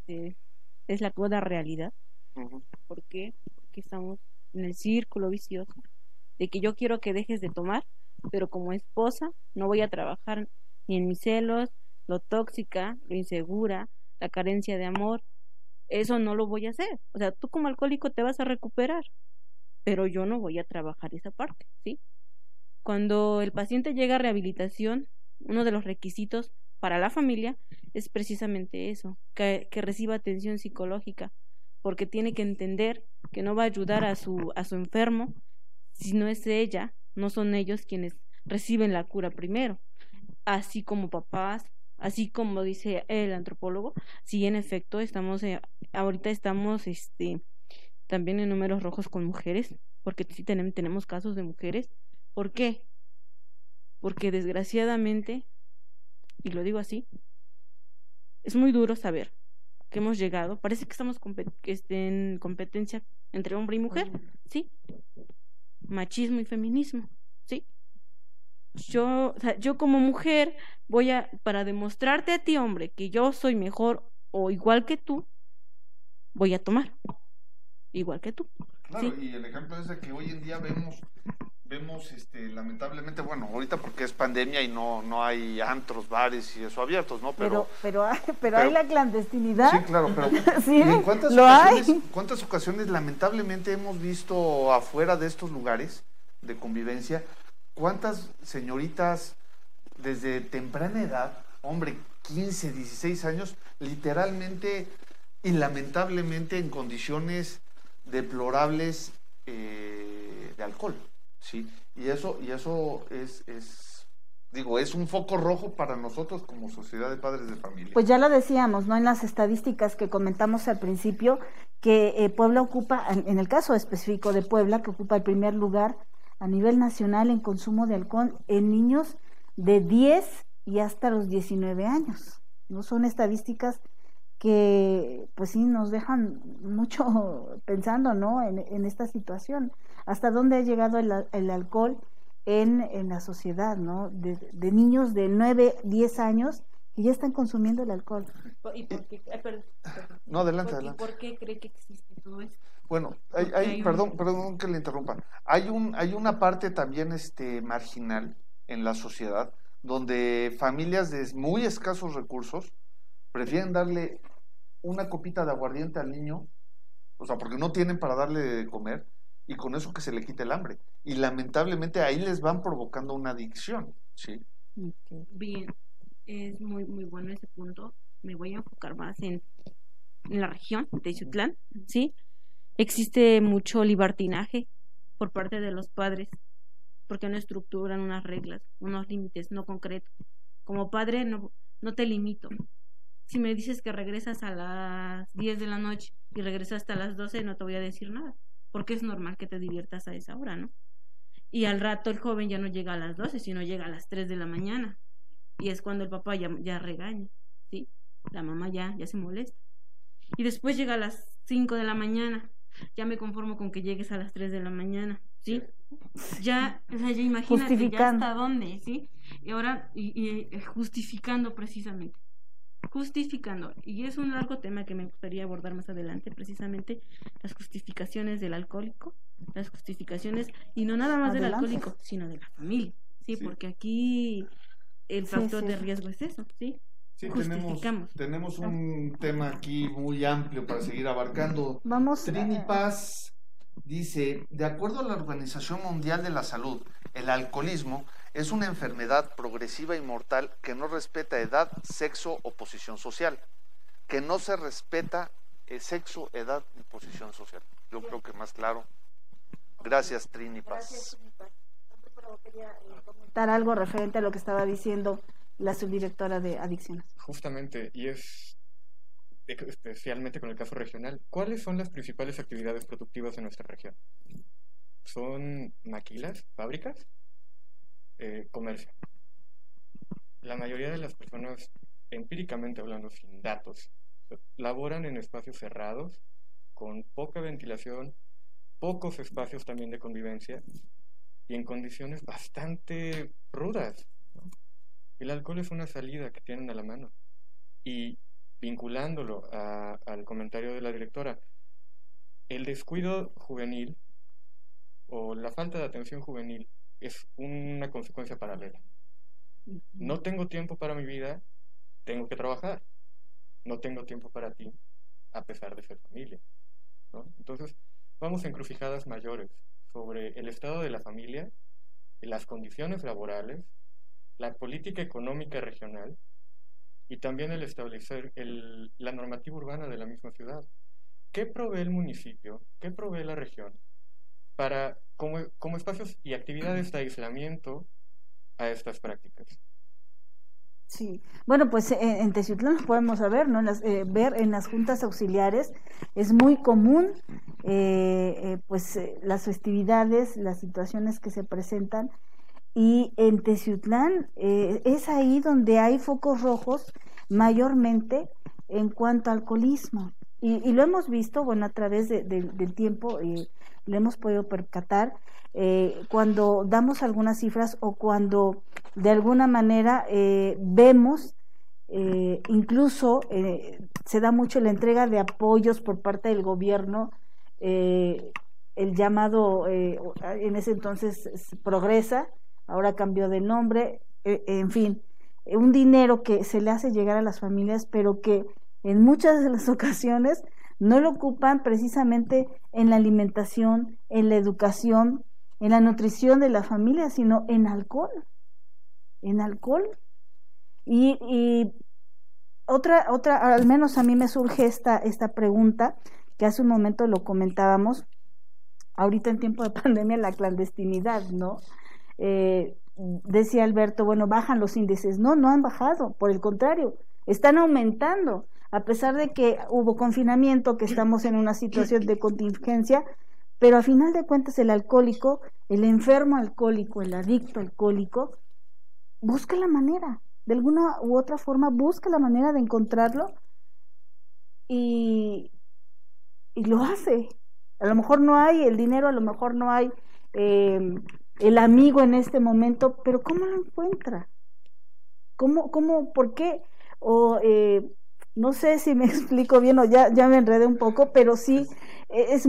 es la cruda realidad. ¿Por qué? Porque estamos en el círculo vicioso de que yo quiero que dejes de tomar, pero como esposa no voy a trabajar ni en mis celos, lo tóxica, lo insegura, la carencia de amor. Eso no lo voy a hacer. O sea, tú como alcohólico te vas a recuperar, pero yo no voy a trabajar esa parte, ¿sí? Cuando el paciente llega a rehabilitación, uno de los requisitos para la familia es precisamente eso, que reciba atención psicológica, porque tiene que entender que no va a ayudar a su enfermo si no es ella, no son ellos quienes reciben la cura primero, así como papás, así como dice el antropólogo. Sí, en efecto, ahorita estamos también en números rojos con mujeres, porque sí tenemos casos de mujeres. ¿Por qué? Porque desgraciadamente, y lo digo así, es muy duro saber que hemos llegado, parece que estamos en competencia entre hombre y mujer, ¿sí? Machismo y feminismo, ¿sí? Yo como mujer para demostrarte a ti, hombre, que yo soy mejor o igual que tú, voy a tomar igual que tú. Claro, ¿sí? Y el ejemplo es de que hoy en día vemos lamentablemente, bueno, ahorita porque es pandemia y no hay antros, bares y eso abiertos, ¿no? Pero hay la clandestinidad. Sí, claro, pero sí, ¿en cuántas ocasiones lamentablemente hemos visto afuera de estos lugares de convivencia, cuántas señoritas desde temprana edad, hombre, 15, 16 años, literalmente y lamentablemente en condiciones deplorables de alcohol? Sí, y eso es un foco rojo para nosotros como sociedad de padres de familia. Pues ya lo decíamos, ¿no? En las estadísticas que comentamos al principio, que Puebla ocupa, en el caso específico de Puebla, que ocupa el primer lugar a nivel nacional en consumo de alcohol en niños de 10 y hasta los 19 años, ¿no? Son estadísticas que pues sí nos dejan mucho pensando, ¿no? En esta situación, hasta dónde ha llegado el alcohol en la sociedad, ¿no? De niños de 9, 10 años que ya están consumiendo el alcohol. ¿Y por qué? No, adelante, adelante. ¿Por qué cree que existe todo esto? Bueno, perdón que le interrumpa. Hay una parte también marginal en la sociedad donde familias de muy escasos recursos prefieren darle una copita de aguardiente al niño, o sea, porque no tienen para darle de comer, y con eso que se le quite el hambre. Y lamentablemente ahí les van provocando una adicción, ¿sí? Bien, es muy, muy bueno ese punto. Me voy a enfocar más en la región de Teciutlán, ¿sí? Existe mucho libertinaje por parte de los padres, porque no estructuran unas reglas, unos límites no concretos. Como padre no te limito. Si me dices que regresas a las 10 de la noche y regresas hasta las 12, no te voy a decir nada, porque es normal que te diviertas a esa hora, ¿no? Y al rato el joven ya no llega a las 12, sino llega a las 3 de la mañana. Y es cuando el papá ya regaña, ¿sí? La mamá ya se molesta. Y después llega a las 5 de la mañana. Ya me conformo con que llegues a las 3 de la mañana, ¿sí? Ya imagínate ya hasta dónde, ¿sí? Y ahora, justificando precisamente. Justificando, y es un largo tema que me gustaría abordar más adelante, precisamente las justificaciones del alcohólico, las justificaciones, y no nada más del alcohólico, sino de la familia, ¿sí? Porque aquí el factor de riesgo es eso, ¿sí? Sí, tenemos un tema aquí muy amplio para seguir abarcando. Trini Paz dice, de acuerdo a la Organización Mundial de la Salud, el alcoholismo es una enfermedad progresiva y mortal que no respeta edad, sexo o posición social. Que no se respeta el sexo, edad y posición social. Yo creo que más claro. Gracias, Trini Paz. Quería comentar algo referente a lo que estaba diciendo la subdirectora de adicciones. Justamente, y es especialmente con el caso regional, ¿cuáles son las principales actividades productivas en nuestra región? ¿Son maquilas, fábricas? Comercio. La mayoría de las personas, empíricamente hablando, sin datos, laboran en espacios cerrados, con poca ventilación, pocos espacios también de convivencia y en condiciones bastante rudas, ¿no? El alcohol es una salida que tienen a la mano. Y vinculándolo al comentario de la directora, el descuido juvenil o la falta de atención juvenil es una consecuencia paralela. No tengo tiempo para mi vida, tengo que trabajar. No tengo tiempo para ti, a pesar de ser familia, ¿no? Entonces, vamos a encrucijadas mayores sobre el estado de la familia, las condiciones laborales, la política económica regional y también el establecer la normativa urbana de la misma ciudad. ¿Qué provee el municipio? ¿Qué provee la región para como espacios y actividades de aislamiento a estas prácticas? Sí, bueno, pues en Teciutlán lo podemos ver, ¿no? Ver en las juntas auxiliares es muy común, las festividades, las situaciones que se presentan, y en Teciutlán es ahí donde hay focos rojos mayormente en cuanto al alcoholismo, y lo hemos visto, bueno, a través del tiempo, lo hemos podido percatar, cuando damos algunas cifras o cuando de alguna manera vemos, incluso se da mucho la entrega de apoyos por parte del gobierno, el llamado, en ese entonces Progresa, ahora cambió de nombre, en fin, un dinero que se le hace llegar a las familias, pero que en muchas de las ocasiones no lo ocupan precisamente en la alimentación, en la educación, en la nutrición de la familia, sino en alcohol. Y otra, al menos a mí me surge esta pregunta, que hace un momento lo comentábamos, ahorita en tiempo de pandemia, la clandestinidad, ¿no? Decía Alberto, bueno, bajan los índices. No han bajado, por el contrario, están aumentando, a pesar de que hubo confinamiento, que estamos en una situación de contingencia, pero a final de cuentas el alcohólico, el enfermo alcohólico, el adicto alcohólico, busca la manera de alguna u otra forma busca la manera de encontrarlo y lo hace. A lo mejor no hay el dinero, a lo mejor no hay el amigo en este momento, pero ¿cómo lo encuentra? ¿Por qué? O no sé si me explico bien o ya me enredé un poco, pero sí es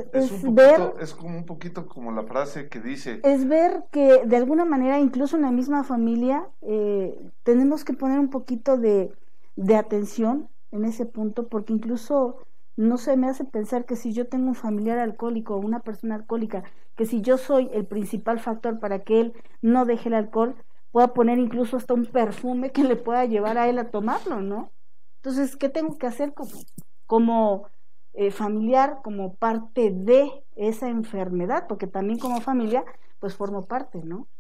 como un poquito como la frase que dice. Es ver que de alguna manera, incluso en la misma familia, tenemos que poner un poquito de atención en ese punto, porque incluso no sé, me hace pensar que si yo tengo un familiar alcohólico o una persona alcohólica, que si yo soy el principal factor para que él no deje el alcohol, pueda poner incluso hasta un perfume que le pueda llevar a él a tomarlo, ¿no? Entonces, ¿qué tengo que hacer como familiar, como parte de esa enfermedad? Porque también como familia, pues formo parte, ¿no?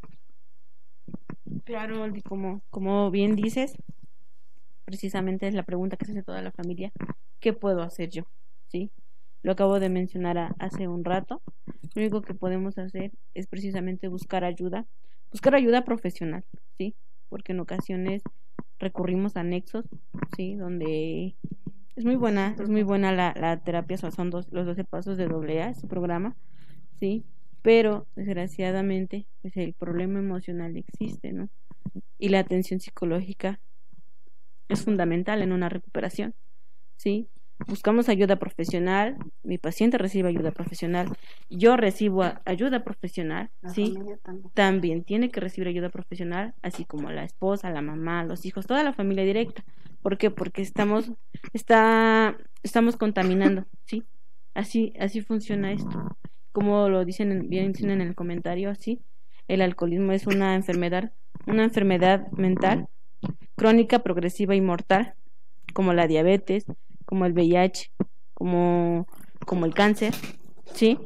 Claro, como bien dices, precisamente es la pregunta que se hace toda la familia. ¿Qué puedo hacer yo? ¿Sí? Lo acabo de mencionar hace un rato. Lo único que podemos hacer es precisamente buscar ayuda profesional, ¿sí? Porque en ocasiones recurrimos a nexos, ¿sí? Donde es muy buena la terapia, son los 12 pasos de AA, ese programa, ¿sí? Pero desgraciadamente pues el problema emocional existe, ¿no? Y la atención psicológica es fundamental en una recuperación, ¿sí? Buscamos ayuda profesional, mi paciente recibe ayuda profesional, yo recibo ayuda profesional, ¿sí? También tiene que recibir ayuda profesional, así como la esposa, la mamá, los hijos, toda la familia directa. ¿Por qué? Porque estamos contaminando, ¿sí? Así funciona esto. Como lo dicen en el comentario, ¿sí? El alcoholismo es una enfermedad mental crónica, progresiva y mortal, como la diabetes, como el VIH, como el cáncer, ¿sí?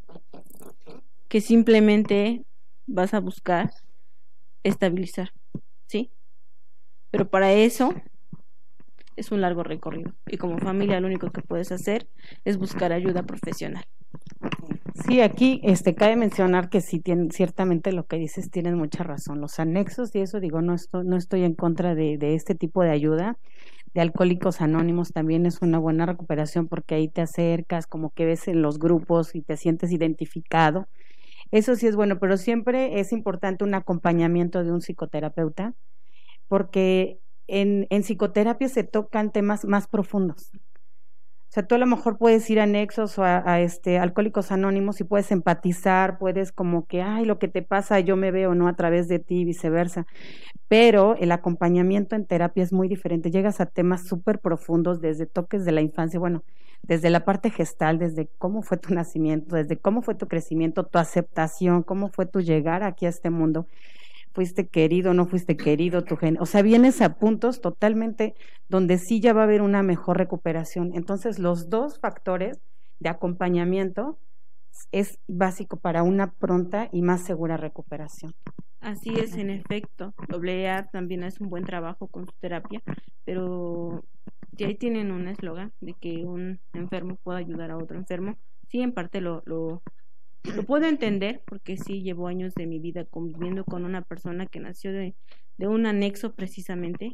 Que simplemente vas a buscar estabilizar, ¿sí? Pero para eso es un largo recorrido y como familia lo único que puedes hacer es buscar ayuda profesional. Sí, aquí cabe mencionar que sí, ciertamente lo que dices tienes mucha razón. Los anexos y eso, digo, no estoy en contra de este tipo de ayuda. De Alcohólicos Anónimos también es una buena recuperación porque ahí te acercas, como que ves en los grupos y te sientes identificado. Eso sí es bueno, pero siempre es importante un acompañamiento de un psicoterapeuta porque en psicoterapia se tocan temas más profundos. O sea, tú a lo mejor puedes ir a Nexos o a Alcohólicos Anónimos y puedes empatizar, puedes como que, ay, lo que te pasa yo me veo, ¿no? A través de ti y viceversa. Pero el acompañamiento en terapia es muy diferente. Llegas a temas súper profundos, desde toques de la infancia, bueno, desde la parte gestal, desde cómo fue tu nacimiento, desde cómo fue tu crecimiento, tu aceptación, cómo fue tu llegar aquí a este mundo. Fuiste querido, no fuiste querido, o sea, vienes a puntos totalmente donde sí ya va a haber una mejor recuperación. Entonces, los dos factores de acompañamiento es básico para una pronta y más segura recuperación. Así es, en efecto. AA también hace un buen trabajo con su terapia, pero ya ahí tienen un eslogan de que un enfermo puede ayudar a otro enfermo. Sí, en parte lo puedo entender porque sí llevo años de mi vida conviviendo con una persona que nació de un anexo precisamente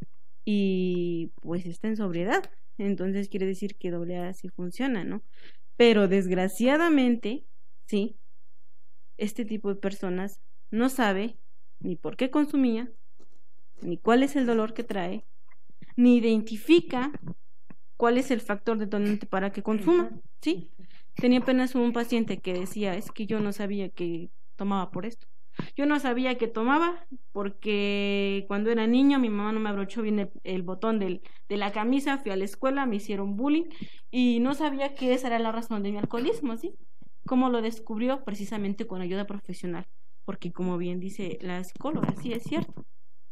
y pues está en sobriedad, entonces quiere decir que AA sí funciona, ¿no? Pero desgraciadamente, sí, este tipo de personas no sabe ni por qué consumía, ni cuál es el dolor que trae, ni identifica cuál es el factor detonante para que consuma, ¿sí? Tenía apenas un paciente que decía, es que yo no sabía que tomaba por esto. Yo no sabía que tomaba porque cuando era niño mi mamá no me abrochó bien el botón de la camisa, fui a la escuela, me hicieron bullying y no sabía que esa era la razón de mi alcoholismo, ¿sí? ¿Cómo lo descubrió? Precisamente con ayuda profesional, porque como bien dice la psicóloga, sí es cierto.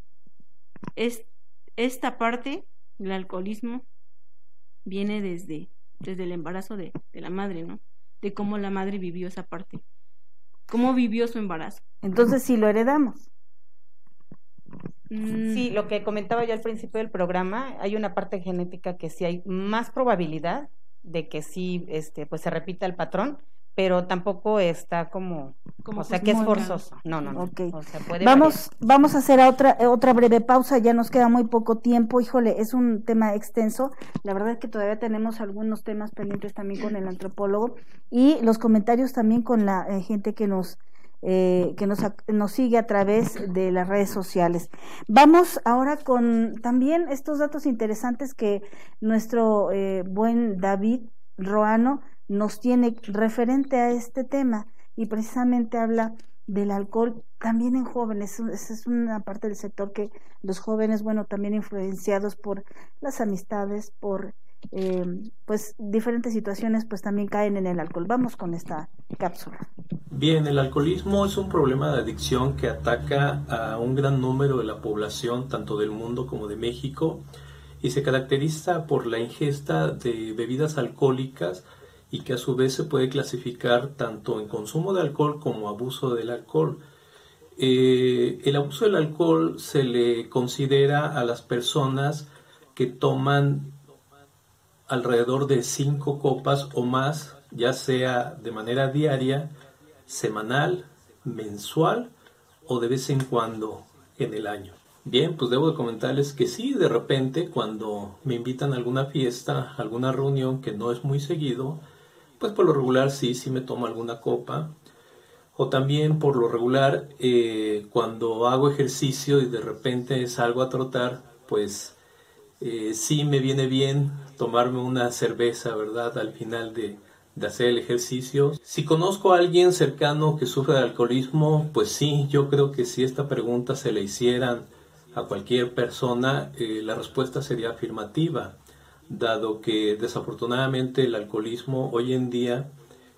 Esta parte del alcoholismo viene desde el embarazo de la madre, ¿no? De cómo la madre vivió esa parte, cómo vivió su embarazo. Entonces sí lo heredamos. Sí, lo que comentaba yo al principio del programa, hay una parte genética que sí hay más probabilidad de que sí pues se repita el patrón, pero tampoco está como O sea, que es forzoso. No. Okay. O sea, puede vamos a hacer otra breve pausa, ya nos queda muy poco tiempo. Híjole, es un tema extenso. La verdad es que todavía tenemos algunos temas pendientes también con el antropólogo y los comentarios también con la gente que nos sigue a través de las redes sociales. Vamos ahora con también estos datos interesantes que nuestro buen David Roano nos tiene referente a este tema, y precisamente habla del alcohol también en jóvenes. Esa es una parte del sector que los jóvenes, bueno, también influenciados por las amistades, por pues diferentes situaciones, pues también caen en el alcohol. Vamos con esta cápsula. Bien, el alcoholismo es un problema de adicción que ataca a un gran número de la población, tanto del mundo como de México, y se caracteriza por la ingesta de bebidas alcohólicas y que a su vez se puede clasificar tanto en consumo de alcohol como abuso del alcohol. El abuso del alcohol se le considera a las personas que toman alrededor de 5 copas o más, ya sea de manera diaria, semanal, mensual o de vez en cuando en el año. Bien, pues debo de comentarles que sí, de repente cuando me invitan a alguna fiesta, alguna reunión que no es muy seguido, pues por lo regular sí me tomo alguna copa. O también por lo regular cuando hago ejercicio y de repente salgo a trotar, pues sí me viene bien tomarme una cerveza, ¿verdad? Al final de hacer el ejercicio. Si conozco a alguien cercano que sufre de alcoholismo, pues sí, yo creo que si esta pregunta se le hicieran a cualquier persona, la respuesta sería afirmativa, dado que desafortunadamente el alcoholismo hoy en día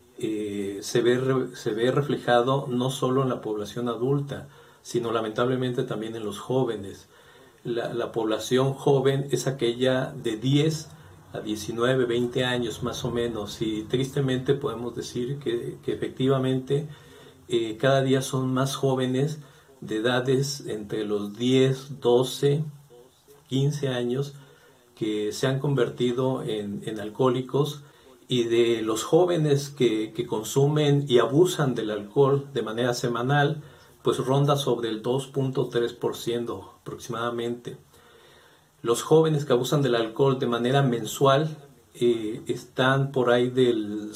se ve reflejado no solo en la población adulta, sino lamentablemente también en los jóvenes. La población joven es aquella de 10 a 19, 20 años más o menos, y tristemente podemos decir que efectivamente cada día son más jóvenes de edades entre los 10, 12, 15 años que se han convertido en alcohólicos, y de los jóvenes que consumen y abusan del alcohol de manera semanal, pues ronda sobre el 2.3% aproximadamente. Los jóvenes que abusan del alcohol de manera mensual están por ahí del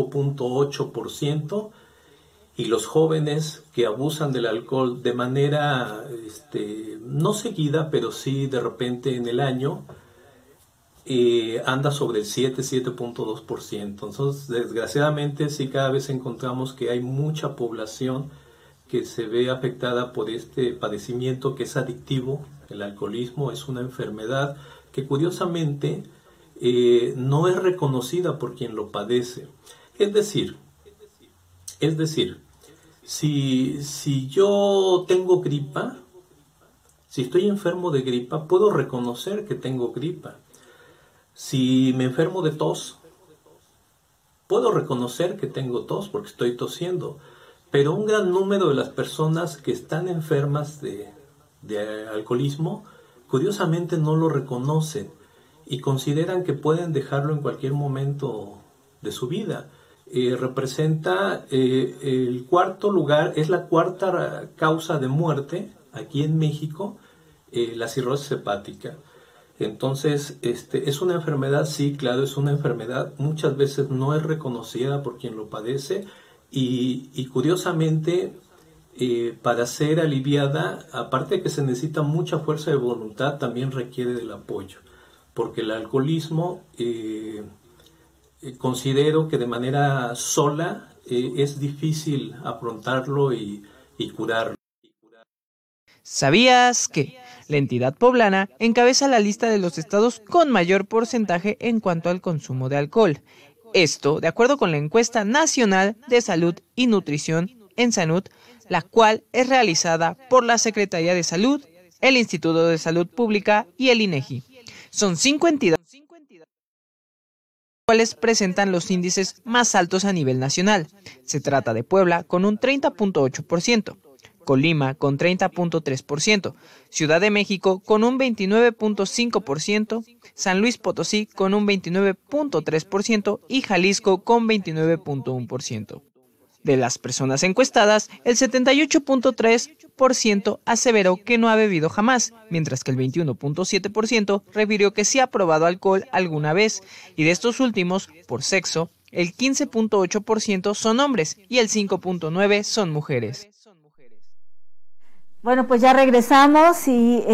5.8%, y los jóvenes que abusan del alcohol de manera no seguida, pero sí de repente en el año, anda sobre el 7.2%. Entonces, desgraciadamente, sí cada vez encontramos que hay mucha población que se ve afectada por este padecimiento que es adictivo. El alcoholismo es una enfermedad que curiosamente no es reconocida por quien lo padece. Es decir, si yo tengo gripa, si estoy enfermo de gripa, puedo reconocer que tengo gripa. Si me enfermo de tos, puedo reconocer que tengo tos porque estoy tosiendo. Pero un gran número de las personas que están enfermas de alcoholismo, curiosamente no lo reconocen y consideran que pueden dejarlo en cualquier momento de su vida. Representa el cuarto lugar, es la cuarta causa de muerte aquí en México, la cirrosis hepática. Entonces, es una enfermedad, sí, claro, es una enfermedad, muchas veces no es reconocida por quien lo padece, y curiosamente, para ser aliviada, aparte de que se necesita mucha fuerza de voluntad, también requiere del apoyo, porque el alcoholismo, considero que de manera sola es difícil afrontarlo y curarlo. ¿Sabías que la entidad poblana encabeza la lista de los estados con mayor porcentaje en cuanto al consumo de alcohol? Esto, de acuerdo con la encuesta nacional de salud y nutrición en Sanud, la cual es realizada por la Secretaría de Salud, el Instituto de Salud Pública y el INEGI. Son 5 entidades las cuales presentan los índices más altos a nivel nacional. Se trata de Puebla con un 30.8%, Colima con 30.3%, Ciudad de México con un 29.5%, San Luis Potosí con un 29.3% y Jalisco con 29.1%. De las personas encuestadas, el 78.3% aseveró que no ha bebido jamás, mientras que el 21.7% refirió que sí ha probado alcohol alguna vez, y de estos últimos, por sexo, el 15.8% son hombres y el 5.9% son mujeres. Bueno, pues ya regresamos y,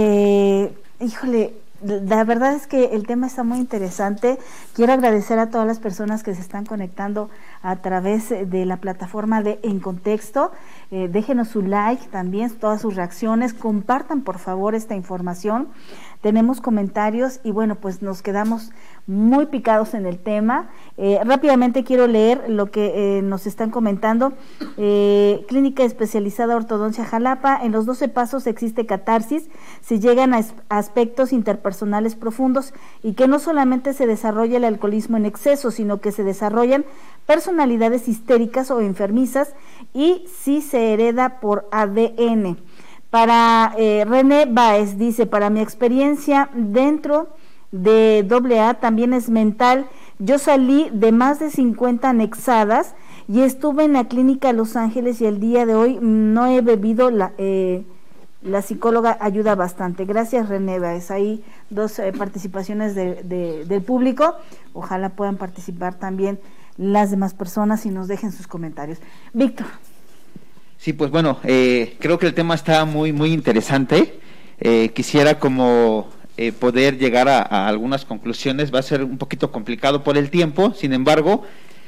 híjole, la verdad es que el tema está muy interesante. Quiero agradecer a todas las personas que se están conectando a través de la plataforma de En Contexto. Déjenos su like también, todas sus reacciones, compartan por favor esta información. Tenemos comentarios y bueno, pues nos quedamos muy picados en el tema. Rápidamente quiero leer lo que nos están comentando. Clínica Especializada Ortodoncia Jalapa, en los 12 pasos existe catarsis, se llegan a aspectos interpersonales profundos y que no solamente se desarrolla el alcoholismo en exceso, sino que se desarrollan personalidades histéricas o enfermizas y sí se hereda por ADN. Para René Báez dice, para mi experiencia dentro de AA también es mental. Yo salí de más de 50 anexadas y estuve en la clínica Los Ángeles y el día de hoy no he bebido, la psicóloga ayuda bastante. Gracias René Báez. Ahí dos participaciones del público. Ojalá puedan participar también las demás personas y nos dejen sus comentarios. Víctor. Sí, pues bueno, creo que el tema está muy interesante. Quisiera como poder llegar a algunas conclusiones. Va a ser un poquito complicado por el tiempo, sin embargo,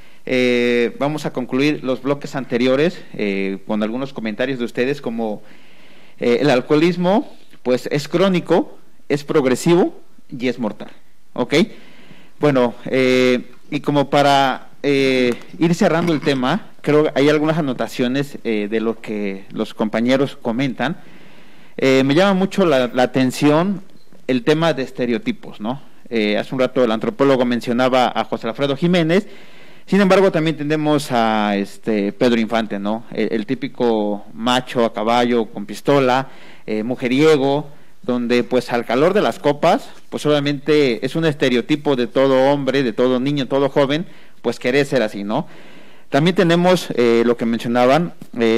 vamos a concluir los bloques anteriores con algunos comentarios de ustedes, como el alcoholismo pues es crónico, es progresivo y es mortal, ¿ok? Bueno, y como para ir cerrando el tema, creo que hay algunas anotaciones de lo que los compañeros comentan. Me llama mucho la atención el tema de estereotipos, ¿no? Hace un rato el antropólogo mencionaba a José Alfredo Jiménez, sin embargo también tenemos a Pedro Infante, ¿no? El típico macho a caballo con pistola, mujeriego, donde pues al calor de las copas, pues obviamente es un estereotipo de todo hombre, de todo niño, todo joven, pues querer ser así, ¿no? También tenemos lo que mencionaban,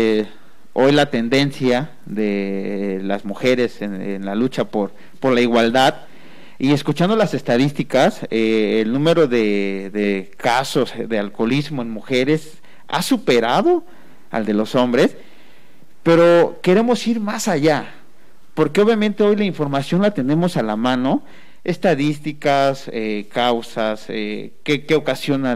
hoy la tendencia de las mujeres en la lucha por la igualdad, y escuchando las estadísticas, el número de casos de alcoholismo en mujeres ha superado al de los hombres, pero queremos ir más allá, porque obviamente hoy la información la tenemos a la mano, estadísticas, causas, qué ocasiona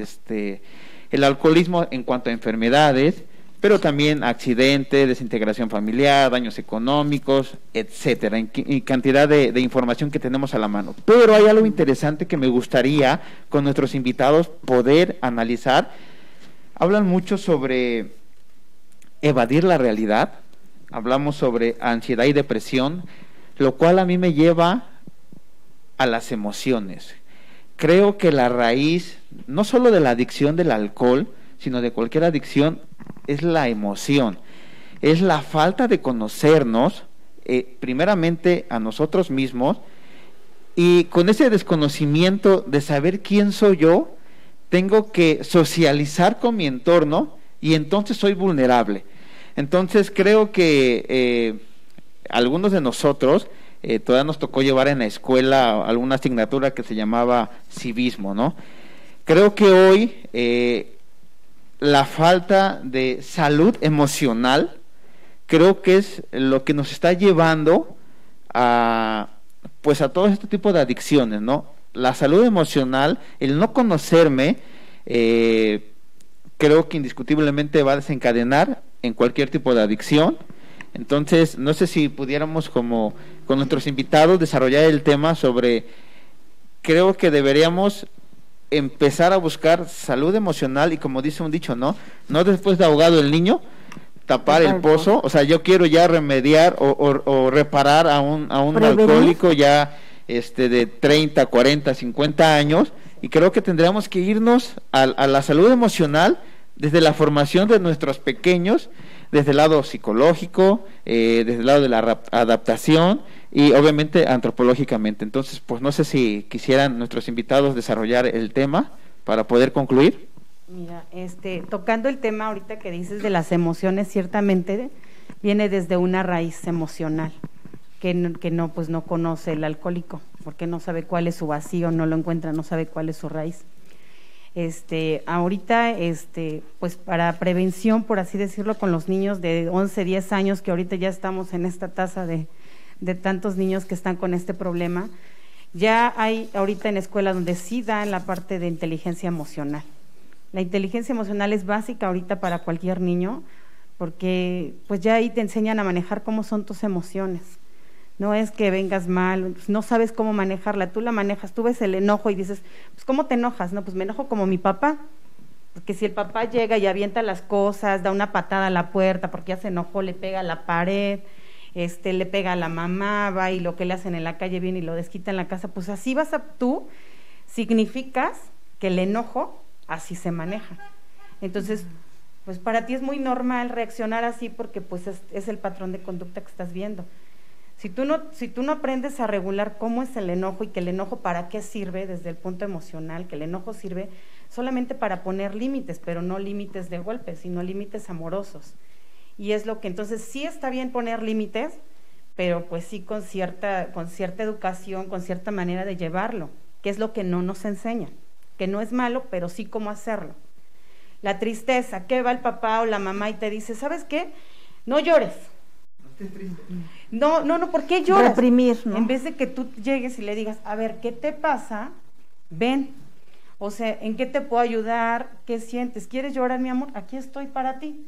el alcoholismo en cuanto a enfermedades, pero también accidentes, desintegración familiar, daños económicos, etcétera, y cantidad de información que tenemos a la mano. Pero hay algo interesante que me gustaría con nuestros invitados poder analizar. Hablan mucho sobre evadir la realidad, hablamos sobre ansiedad y depresión, lo cual a mí me lleva a las emociones. Creo que la raíz, no solo de la adicción del alcohol, sino de cualquier adicción, es la emoción, es la falta de conocernos, primeramente a nosotros mismos, y con ese desconocimiento de saber quién soy yo, tengo que socializar con mi entorno y entonces soy vulnerable. Entonces creo que algunos de nosotros, todavía nos tocó llevar en la escuela alguna asignatura que se llamaba civismo, ¿no? Creo que hoy la falta de salud emocional creo que es lo que nos está llevando a todo este tipo de adicciones, ¿no? La salud emocional, el no conocerme, creo que indiscutiblemente va a desencadenar en cualquier tipo de adicción. Entonces, no sé si pudiéramos como con nuestros invitados desarrollar el tema sobre, creo que deberíamos empezar a buscar salud emocional y, como dice un dicho, no después de ahogado el niño, tapar el pozo. O sea, yo quiero ya remediar o reparar a un alcohólico ya de 30, 40, 50 años, y creo que tendríamos que irnos a la salud emocional desde la formación de nuestros pequeños, desde el lado psicológico, desde el lado de la adaptación y obviamente antropológicamente. Entonces, pues no sé si quisieran nuestros invitados desarrollar el tema para poder concluir. Mira, tocando el tema ahorita que dices de las emociones, ciertamente viene desde una raíz emocional que no conoce el alcohólico, porque no sabe cuál es su vacío, no lo encuentra, no sabe cuál es su raíz. Ahorita, pues para prevención, por así decirlo, con los niños de 11, 10 años, que ahorita ya estamos en esta tasa de tantos niños que están con este problema, ya hay ahorita en escuela donde sí dan la parte de inteligencia emocional. La inteligencia emocional es básica ahorita para cualquier niño, porque pues ya ahí te enseñan a manejar cómo son tus emociones. No es que vengas mal, pues no sabes cómo manejarla, tú la manejas, tú ves el enojo y dices, pues ¿cómo te enojas? No, pues me enojo como mi papá, porque si el papá llega y avienta las cosas, da una patada a la puerta porque ya se enojó, le pega a la pared, le pega a la mamá, va y lo que le hacen en la calle viene y lo desquita en la casa, pues así tú significas que el enojo así se maneja. Entonces, pues para ti es muy normal reaccionar así porque pues es el patrón de conducta que estás viendo. Si tú no aprendes a regular cómo es el enojo y que el enojo para qué sirve desde el punto emocional, que el enojo sirve solamente para poner límites, pero no límites de golpe, sino límites amorosos. Y es lo que entonces sí está bien poner límites, pero pues sí con cierta educación, con cierta manera de llevarlo, que es lo que no nos enseñan, que no es malo, pero sí cómo hacerlo. La tristeza, que va el papá o la mamá y te dice, ¿sabes qué? No llores. No estés triste. No, ¿por qué lloras? Reprimir, ¿no? En vez de que tú llegues y le digas, a ver, ¿qué te pasa? Ven. O sea, ¿en qué te puedo ayudar? ¿Qué sientes? ¿Quieres llorar, mi amor? Aquí estoy para ti.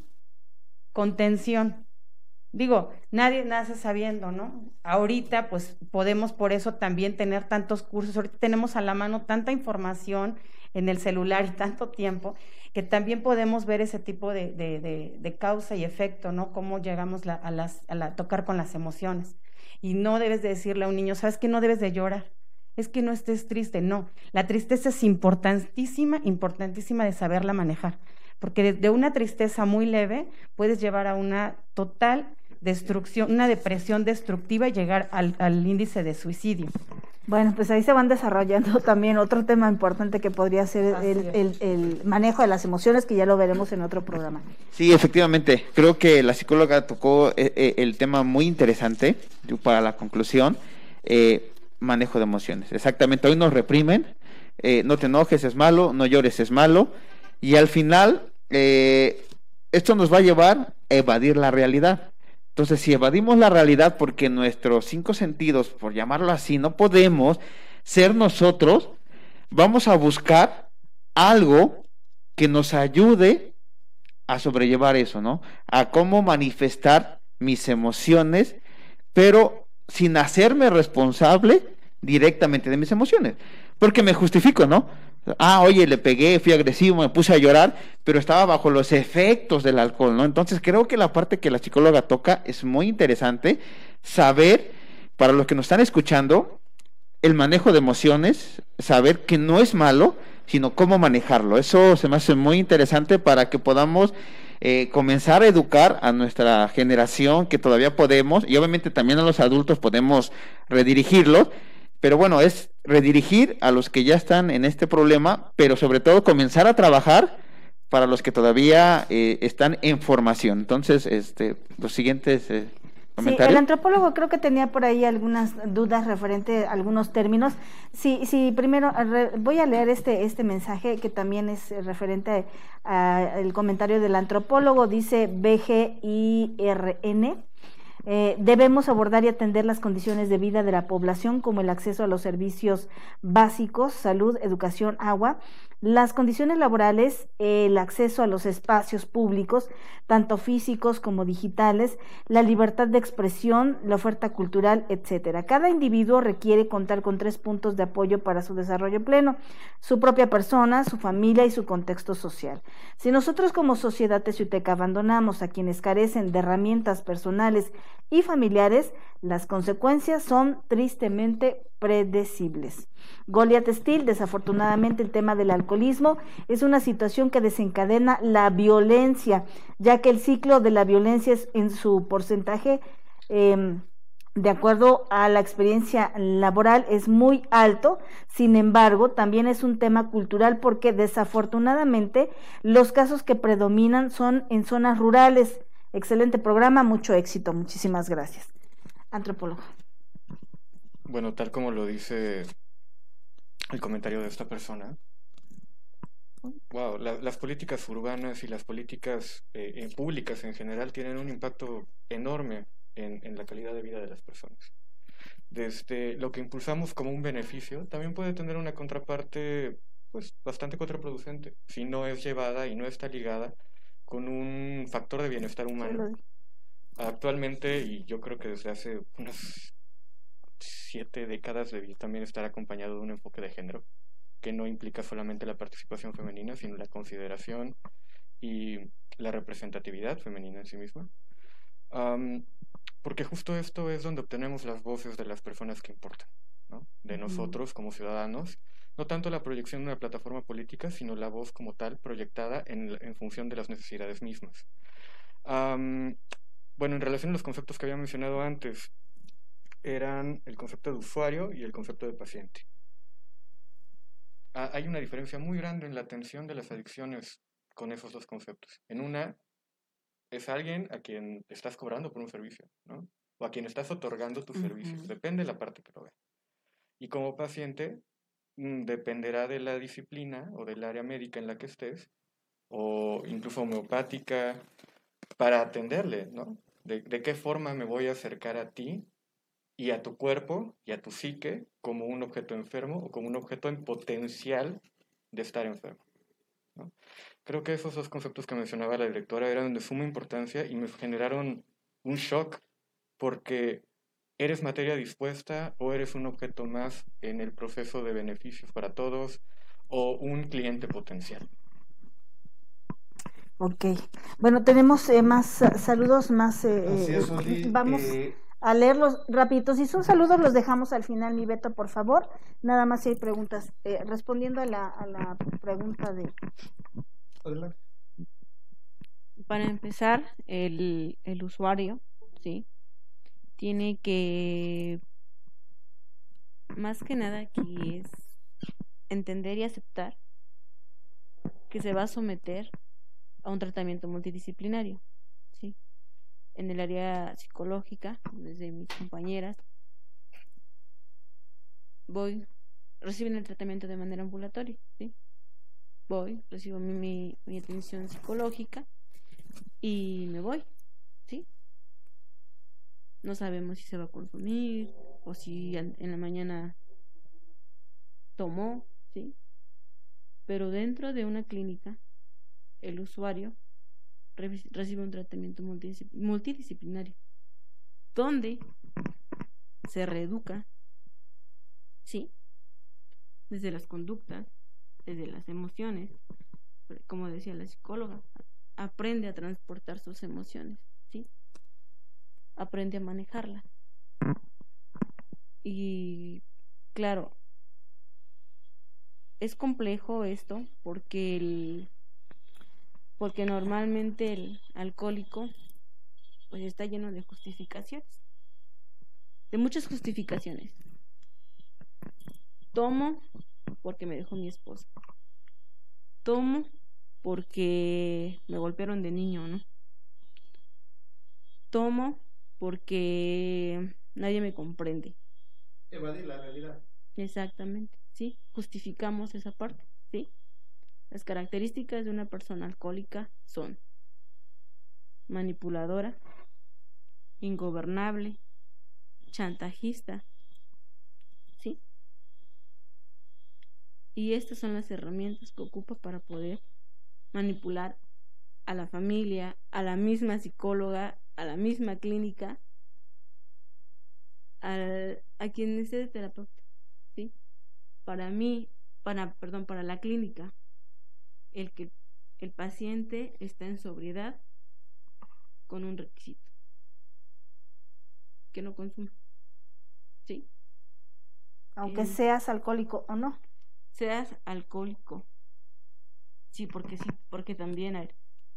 Contención. Digo, nadie nace sabiendo, ¿no? Ahorita, pues, podemos por eso también tener tantos cursos. Ahorita tenemos a la mano tanta información en el celular y tanto tiempo, que también podemos ver ese tipo de causa y efecto, ¿no? Cómo llegamos a tocar con las emociones. Y no debes de decirle a un niño, ¿sabes qué? No debes de llorar. Es que no estés triste. No, la tristeza es importantísima de saberla manejar. Porque de una tristeza muy leve puedes llevar a una total destrucción, una depresión destructiva y llegar al índice de suicidio. Bueno, pues ahí se van desarrollando también otro tema importante que podría ser el manejo de las emociones, que ya lo veremos en otro programa. Sí, efectivamente, creo que la psicóloga tocó el tema muy interesante para la conclusión, manejo de emociones. Exactamente, hoy nos reprimen, no te enojes es malo, no llores es malo, y al final esto nos va a llevar a evadir la realidad. Entonces, si evadimos la realidad porque nuestros 5 sentidos, por llamarlo así, no podemos ser nosotros, vamos a buscar algo que nos ayude a sobrellevar eso, ¿no? A cómo manifestar mis emociones, pero sin hacerme responsable directamente de mis emociones. Porque me justifico, ¿no? Oye, le pegué, fui agresivo, me puse a llorar, pero estaba bajo los efectos del alcohol, ¿no? Entonces creo que la parte que la psicóloga toca es muy interesante, saber, para los que nos están escuchando, el manejo de emociones, saber que no es malo, sino cómo manejarlo. Eso se me hace muy interesante para que podamos comenzar a educar a nuestra generación, que todavía podemos, y obviamente también a los adultos podemos redirigirlos. Pero bueno, es redirigir a los que ya están en este problema, pero sobre todo comenzar a trabajar para los que todavía están en formación. Entonces, los siguientes comentarios. Sí, el antropólogo creo que tenía por ahí algunas dudas referente a algunos términos. Sí, primero voy a leer este mensaje que también es referente al comentario del antropólogo. Dice BGIRN. Debemos abordar y atender las condiciones de vida de la población, como el acceso a los servicios básicos, salud, educación, agua, las condiciones laborales, el acceso a los espacios públicos, tanto físicos como digitales, la libertad de expresión, la oferta cultural, etcétera. Cada individuo requiere contar con 3 puntos de apoyo para su desarrollo pleno: su propia persona, su familia y su contexto social. Si nosotros como sociedad teciuteca abandonamos a quienes carecen de herramientas personales y familiares, las consecuencias son tristemente predecibles. Goliat Steel, desafortunadamente el tema del alcoholismo es una situación que desencadena la violencia, ya que el ciclo de la violencia es en su porcentaje de acuerdo a la experiencia laboral, es muy alto. Sin embargo, también es un tema cultural porque desafortunadamente los casos que predominan son en zonas rurales. Excelente programa, mucho éxito, muchísimas gracias. Antropólogo. Bueno, tal como lo dice el comentario de esta persona, wow, las políticas urbanas y las políticas públicas en general tienen un impacto enorme en la calidad de vida de las personas. Desde lo que impulsamos como un beneficio, también puede tener una contraparte pues bastante contraproducente si no es llevada y no está ligada con un factor de bienestar humano. Actualmente, y yo creo que desde hace unas 7 décadas, debí también estar acompañado de un enfoque de género, que no implica solamente la participación femenina, sino la consideración y la representatividad femenina en sí misma. Porque justo esto es donde obtenemos las voces de las personas que importan, ¿no? De nosotros como ciudadanos, no tanto la proyección de una plataforma política, sino la voz como tal proyectada en función de las necesidades mismas. Bueno, en relación a los conceptos que había mencionado antes, eran el concepto de usuario y el concepto de paciente. Hay una diferencia muy grande en la atención de las adicciones con esos dos conceptos. En una, es alguien a quien estás cobrando por un servicio, ¿no? O a quien estás otorgando tus servicios. Depende de la parte que lo vea. Y como paciente, dependerá de la disciplina o del área médica en la que estés, o incluso homeopática, para atenderle, ¿no? De qué forma me voy a acercar a ti y a tu cuerpo y a tu psique como un objeto enfermo o como un objeto en potencial de estar enfermo, ¿no? Creo que esos dos conceptos que mencionaba la directora eran de suma importancia y me generaron un shock porque eres materia dispuesta o eres un objeto más en el proceso de beneficios para todos o un cliente potencial. Ok, bueno, tenemos más saludos, más vamos a leerlos rapiditos. Si son saludos los dejamos al final, mi Beto, por favor. Nada más si hay preguntas. Respondiendo a la pregunta de... Adelante. Para empezar, el usuario, ¿sí? Tiene que, más que nada aquí es entender y aceptar que se va a someter a un tratamiento multidisciplinario, ¿sí? En el área psicológica, desde mis compañeras, reciben el tratamiento de manera ambulatoria, ¿sí? Recibo mi atención psicológica y me voy, ¿sí? No sabemos si se va a consumir o si en la mañana tomó, ¿sí? Pero dentro de una clínica, el usuario recibe un tratamiento multidisciplinario, donde se reeduca, ¿sí? Desde las conductas, desde las emociones, como decía la psicóloga, aprende a transportar sus emociones, ¿sí? Aprende a manejarlas. Y claro, es complejo esto porque normalmente el alcohólico pues está lleno de justificaciones, de muchas justificaciones. Tomo porque me dejó mi esposa. Tomo porque me golpearon de niño, ¿no? Tomo porque nadie me comprende. Evadir la realidad. Exactamente, sí, justificamos esa parte, ¿sí? Las características de una persona alcohólica son manipuladora, ingobernable, chantajista, ¿sí? Y estas son las herramientas que ocupa para poder manipular a la familia, a la misma psicóloga, a la misma clínica, a quien esté de terapeuta, ¿sí? Para la clínica, el paciente está en sobriedad con un requisito: que no consuma, ¿sí? Aunque seas alcohólico o no. Seas alcohólico, sí, porque también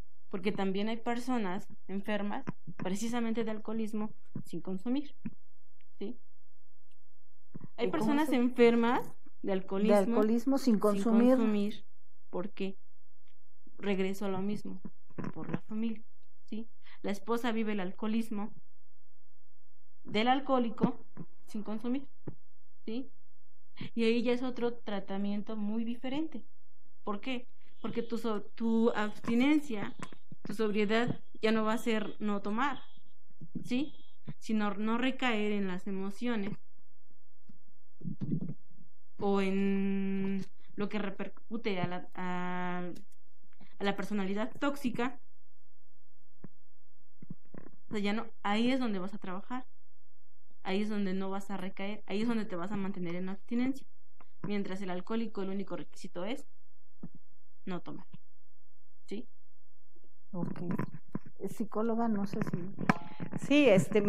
hay personas enfermas precisamente de alcoholismo sin consumir, ¿sí? Hay personas enfermas de alcoholismo sin consumir. ¿Por qué? Regreso a lo mismo, por la familia, ¿sí? La esposa vive el alcoholismo del alcohólico sin consumir, ¿sí? Y ahí ya es otro tratamiento muy diferente. ¿Por qué? Porque tu abstinencia, tu sobriedad ya no va a ser no tomar, ¿sí? Sino no recaer en las emociones o en lo que repercute a la personalidad tóxica. O sea, ya no, ahí es donde vas a trabajar, ahí es donde no vas a recaer, ahí es donde te vas a mantener en abstinencia. Mientras el alcohólico, el único requisito es no tomar, ¿sí? Ok. Psicóloga, no sé si... Sí,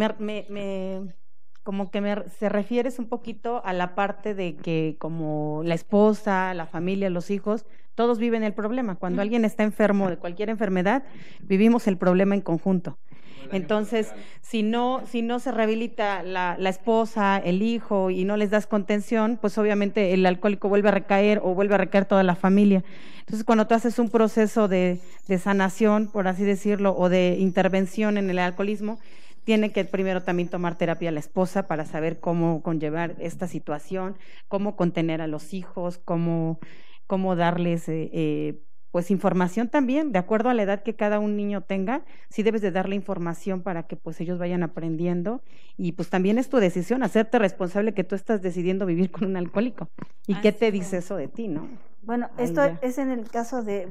como que se refieres un poquito a la parte de que como la esposa, la familia, los hijos, todos viven el problema. Cuando alguien está enfermo de cualquier enfermedad, vivimos el problema en conjunto. Entonces, si no se rehabilita la esposa, el hijo y no les das contención, pues obviamente el alcohólico vuelve a recaer o vuelve a recaer toda la familia. Entonces, cuando tú haces un proceso de sanación, por así decirlo, o de intervención en el alcoholismo, tiene que primero también tomar terapia la esposa para saber cómo conllevar esta situación, cómo contener a los hijos, cómo darles pues información también, de acuerdo a la edad que cada un niño tenga, sí debes de darle información para que pues ellos vayan aprendiendo y pues también es tu decisión, hacerte responsable que tú estás decidiendo vivir con un alcohólico. ¿Y qué te dice eso de ti, no? Bueno, esto es en el caso de,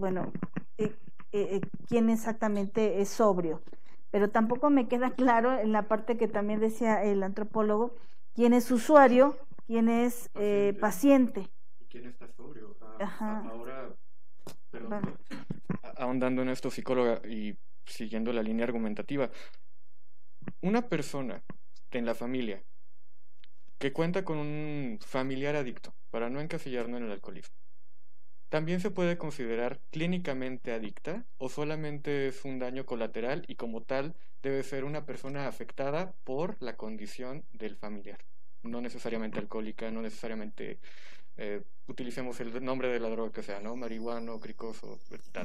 quién exactamente es sobrio, pero tampoco me queda claro en la parte que también decía el antropólogo, quién es usuario, quién es paciente. ¿Y quién está sobrio? Ahora, Bueno. ahondando en esto, psicóloga, y siguiendo la línea argumentativa, una persona en la familia que cuenta con un familiar adicto, para no encasillarnos en el alcoholismo, ¿también se puede considerar clínicamente adicta o solamente es un daño colateral y como tal debe ser una persona afectada por la condición del familiar? No necesariamente alcohólica, no necesariamente utilicemos el nombre de la droga que sea, ¿no? Marihuana, cricoso,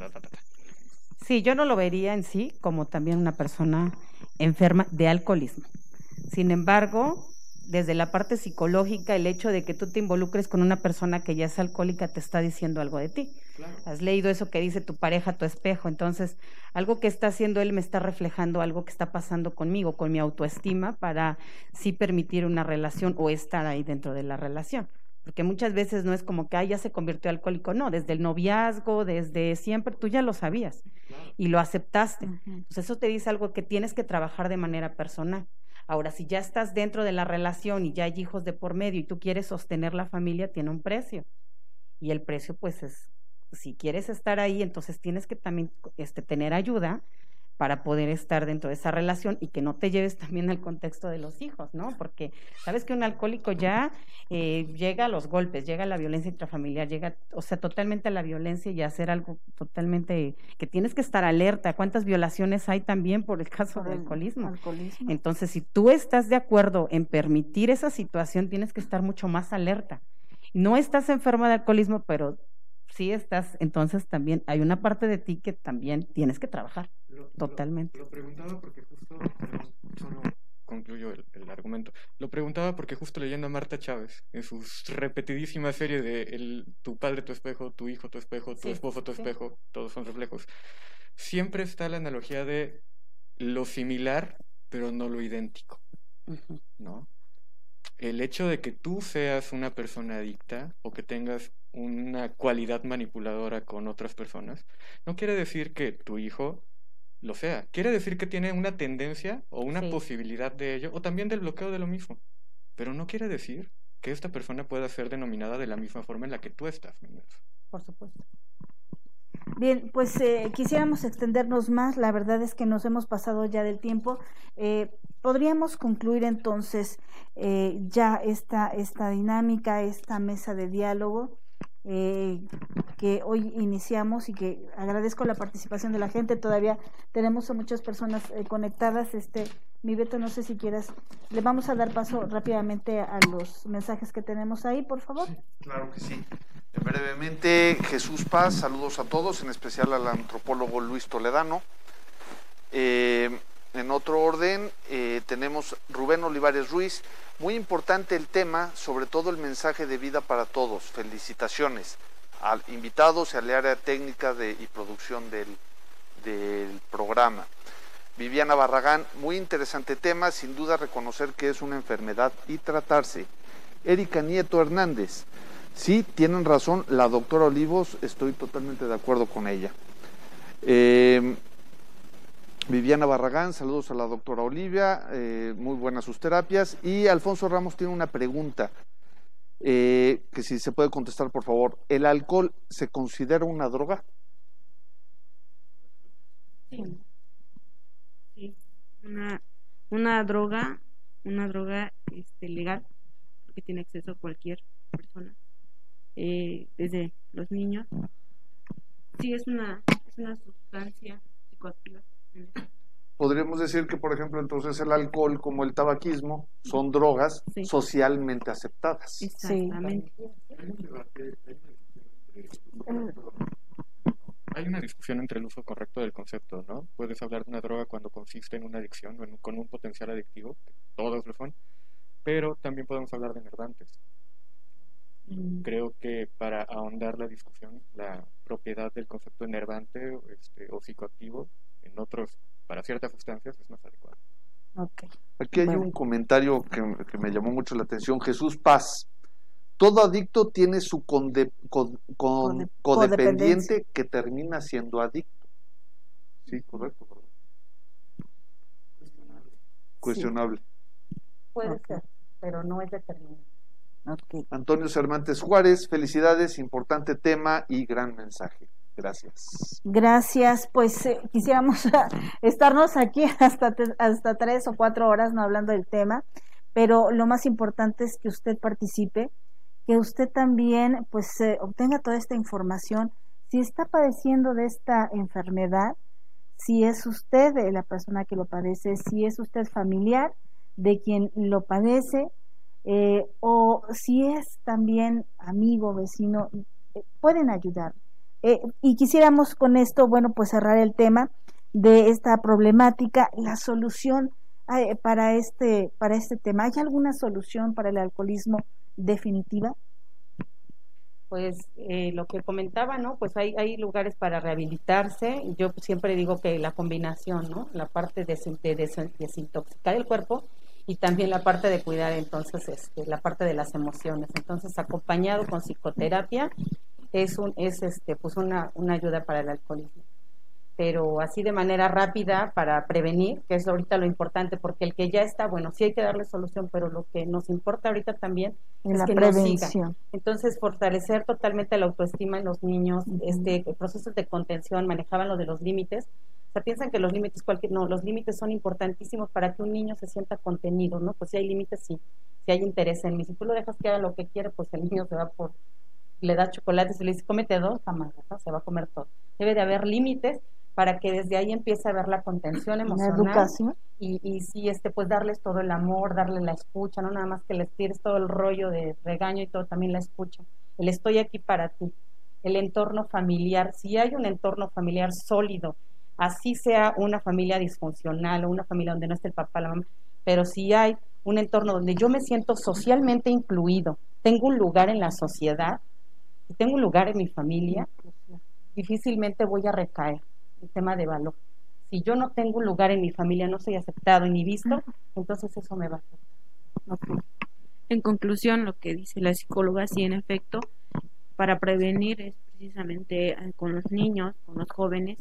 Sí, yo no lo vería en sí como también una persona enferma de alcoholismo. Sin embargo, desde la parte psicológica, el hecho de que tú te involucres con una persona que ya es alcohólica te está diciendo algo de ti. Claro. Has leído eso que dice tu pareja, tu espejo, entonces algo que está haciendo él me está reflejando algo que está pasando conmigo, con mi autoestima, para sí permitir una relación o estar ahí dentro de la relación. Porque muchas veces no es como que ya se convirtió en alcohólico, no, desde el noviazgo, desde siempre, tú ya lo sabías y lo aceptaste. Entonces eso te dice algo que tienes que trabajar de manera personal. Ahora, si ya estás dentro de la relación y ya hay hijos de por medio y tú quieres sostener la familia, tiene un precio. Y el precio, pues, es, si quieres estar ahí, entonces tienes que también tener ayuda para poder estar dentro de esa relación y que no te lleves también al contexto de los hijos, ¿no? Porque sabes que un alcohólico ya llega a los golpes, llega a la violencia intrafamiliar, llega, o sea, totalmente a la violencia y a hacer algo totalmente que tienes que estar alerta. ¿Cuántas violaciones hay también por el caso del alcoholismo? Entonces, si tú estás de acuerdo en permitir esa situación, tienes que estar mucho más alerta. No estás enferma de alcoholismo, pero sí estás, entonces también hay una parte de ti que también tienes que trabajar. Totalmente. Lo preguntaba porque justo, solo concluyo el argumento, lo preguntaba porque justo leyendo a Marta Chávez en sus repetidísimas series de tu padre tu espejo, tu hijo tu espejo, tu esposo tu espejo, todos son reflejos, siempre está la analogía de lo similar pero no lo idéntico, ¿no? El hecho de que tú seas una persona adicta o que tengas una cualidad manipuladora con otras personas no quiere decir que tu hijo lo sea, quiere decir que tiene una tendencia o una posibilidad de ello, o también del bloqueo de lo mismo, pero no quiere decir que esta persona pueda ser denominada de la misma forma en la que tú estás. Por supuesto. Bien, pues quisiéramos extendernos más, la verdad es que nos hemos pasado ya del tiempo. Podríamos concluir entonces ya esta dinámica, esta mesa de diálogo que hoy iniciamos y que agradezco la participación de la gente. Todavía tenemos a muchas personas conectadas. Mi Beto, no sé si quieras, le vamos a dar paso rápidamente a los mensajes que tenemos ahí, por favor. Sí, claro que sí. Brevemente, Jesús Paz, saludos a todos, en especial al antropólogo Luis Toledano. En otro orden, tenemos Rubén Olivares Ruiz. Muy importante el tema, sobre todo el mensaje de vida para todos. Felicitaciones a invitados y al área técnica y producción del programa. Viviana Barragán, muy interesante tema, sin duda reconocer que es una enfermedad y tratarse. Erika Nieto Hernández, sí, tienen razón, la doctora Olivos, estoy totalmente de acuerdo con ella. Viviana Barragán, saludos a la doctora Olivia, muy buenas sus terapias. Y Alfonso Ramos tiene una pregunta, que si se puede contestar, por favor. ¿El alcohol se considera una droga? Sí. Sí. Una droga legal, que tiene acceso a cualquier persona, desde los niños. Sí, es una sustancia psicoactiva. Podríamos decir que, por ejemplo, entonces el alcohol como el tabaquismo son drogas socialmente aceptadas. Exactamente. Hay una discusión entre el uso correcto del concepto, ¿no? Puedes hablar de una droga cuando consiste en una adicción o con un potencial adictivo, que todos lo son, pero también podemos hablar de enervantes. Creo que para ahondar la discusión, la propiedad del concepto enervante o psicoactivo en otros, para ciertas sustancias, es más adecuado. Okay. Aquí hay un comentario que me llamó mucho la atención. Jesús Paz, todo adicto tiene su codependiente que termina siendo adicto. Sí, correcto, ¿verdad? Cuestionable. Puede ser, pero no es determinante. Antonio Cervantes Juárez, felicidades, importante tema y gran mensaje. Gracias. Gracias, pues quisiéramos estarnos aquí hasta 3 o 4 horas no hablando del tema, pero lo más importante es que usted participe, que usted también pues obtenga toda esta información. Si está padeciendo de esta enfermedad, si es usted la persona que lo padece, si es usted familiar de quien lo padece, o si es también amigo, vecino, pueden ayudar. Y quisiéramos con esto, bueno, pues cerrar el tema de esta problemática, la solución para este tema. ¿Hay alguna solución para el alcoholismo definitiva? Pues lo que comentaba, ¿no? Pues hay lugares para rehabilitarse. Yo siempre digo que la combinación, ¿no? La parte de desintoxicar el cuerpo y también la parte de cuidar, entonces, la parte de las emociones. Entonces, acompañado con psicoterapia, es una ayuda para el alcoholismo, pero así de manera rápida para prevenir, que es ahorita lo importante, porque el que ya está, bueno, sí hay que darle solución, pero lo que nos importa ahorita también es que no siga. Entonces, fortalecer totalmente la autoestima en los niños, procesos de contención, manejaban lo de los límites. O sea, piensan que los límites los límites son importantísimos para que un niño se sienta contenido, ¿no? Pues si hay límites, sí, si hay interés en mí. Si tú lo dejas que haga lo que quiere, pues el niño se va le das chocolates y le dices, cómete 2, jamás, ¿no? Se va a comer todo. Debe de haber límites para que desde ahí empiece a haber la contención emocional. La educación. Y sí, pues darles todo el amor, darle la escucha, no nada más que les tires todo el rollo de regaño y todo, también la escucha. El estoy aquí para ti. El entorno familiar, si hay un entorno familiar sólido, así sea una familia disfuncional o una familia donde no esté el papá, la mamá, pero si hay un entorno donde yo me siento socialmente incluido, tengo un lugar en la sociedad, si tengo un lugar en mi familia, difícilmente voy a recaer el tema de valor. Si yo no tengo un lugar en mi familia, no soy aceptado ni visto, entonces eso me va a afectar. En conclusión, lo que dice la psicóloga, sí, en efecto, para prevenir es precisamente con los niños, con los jóvenes,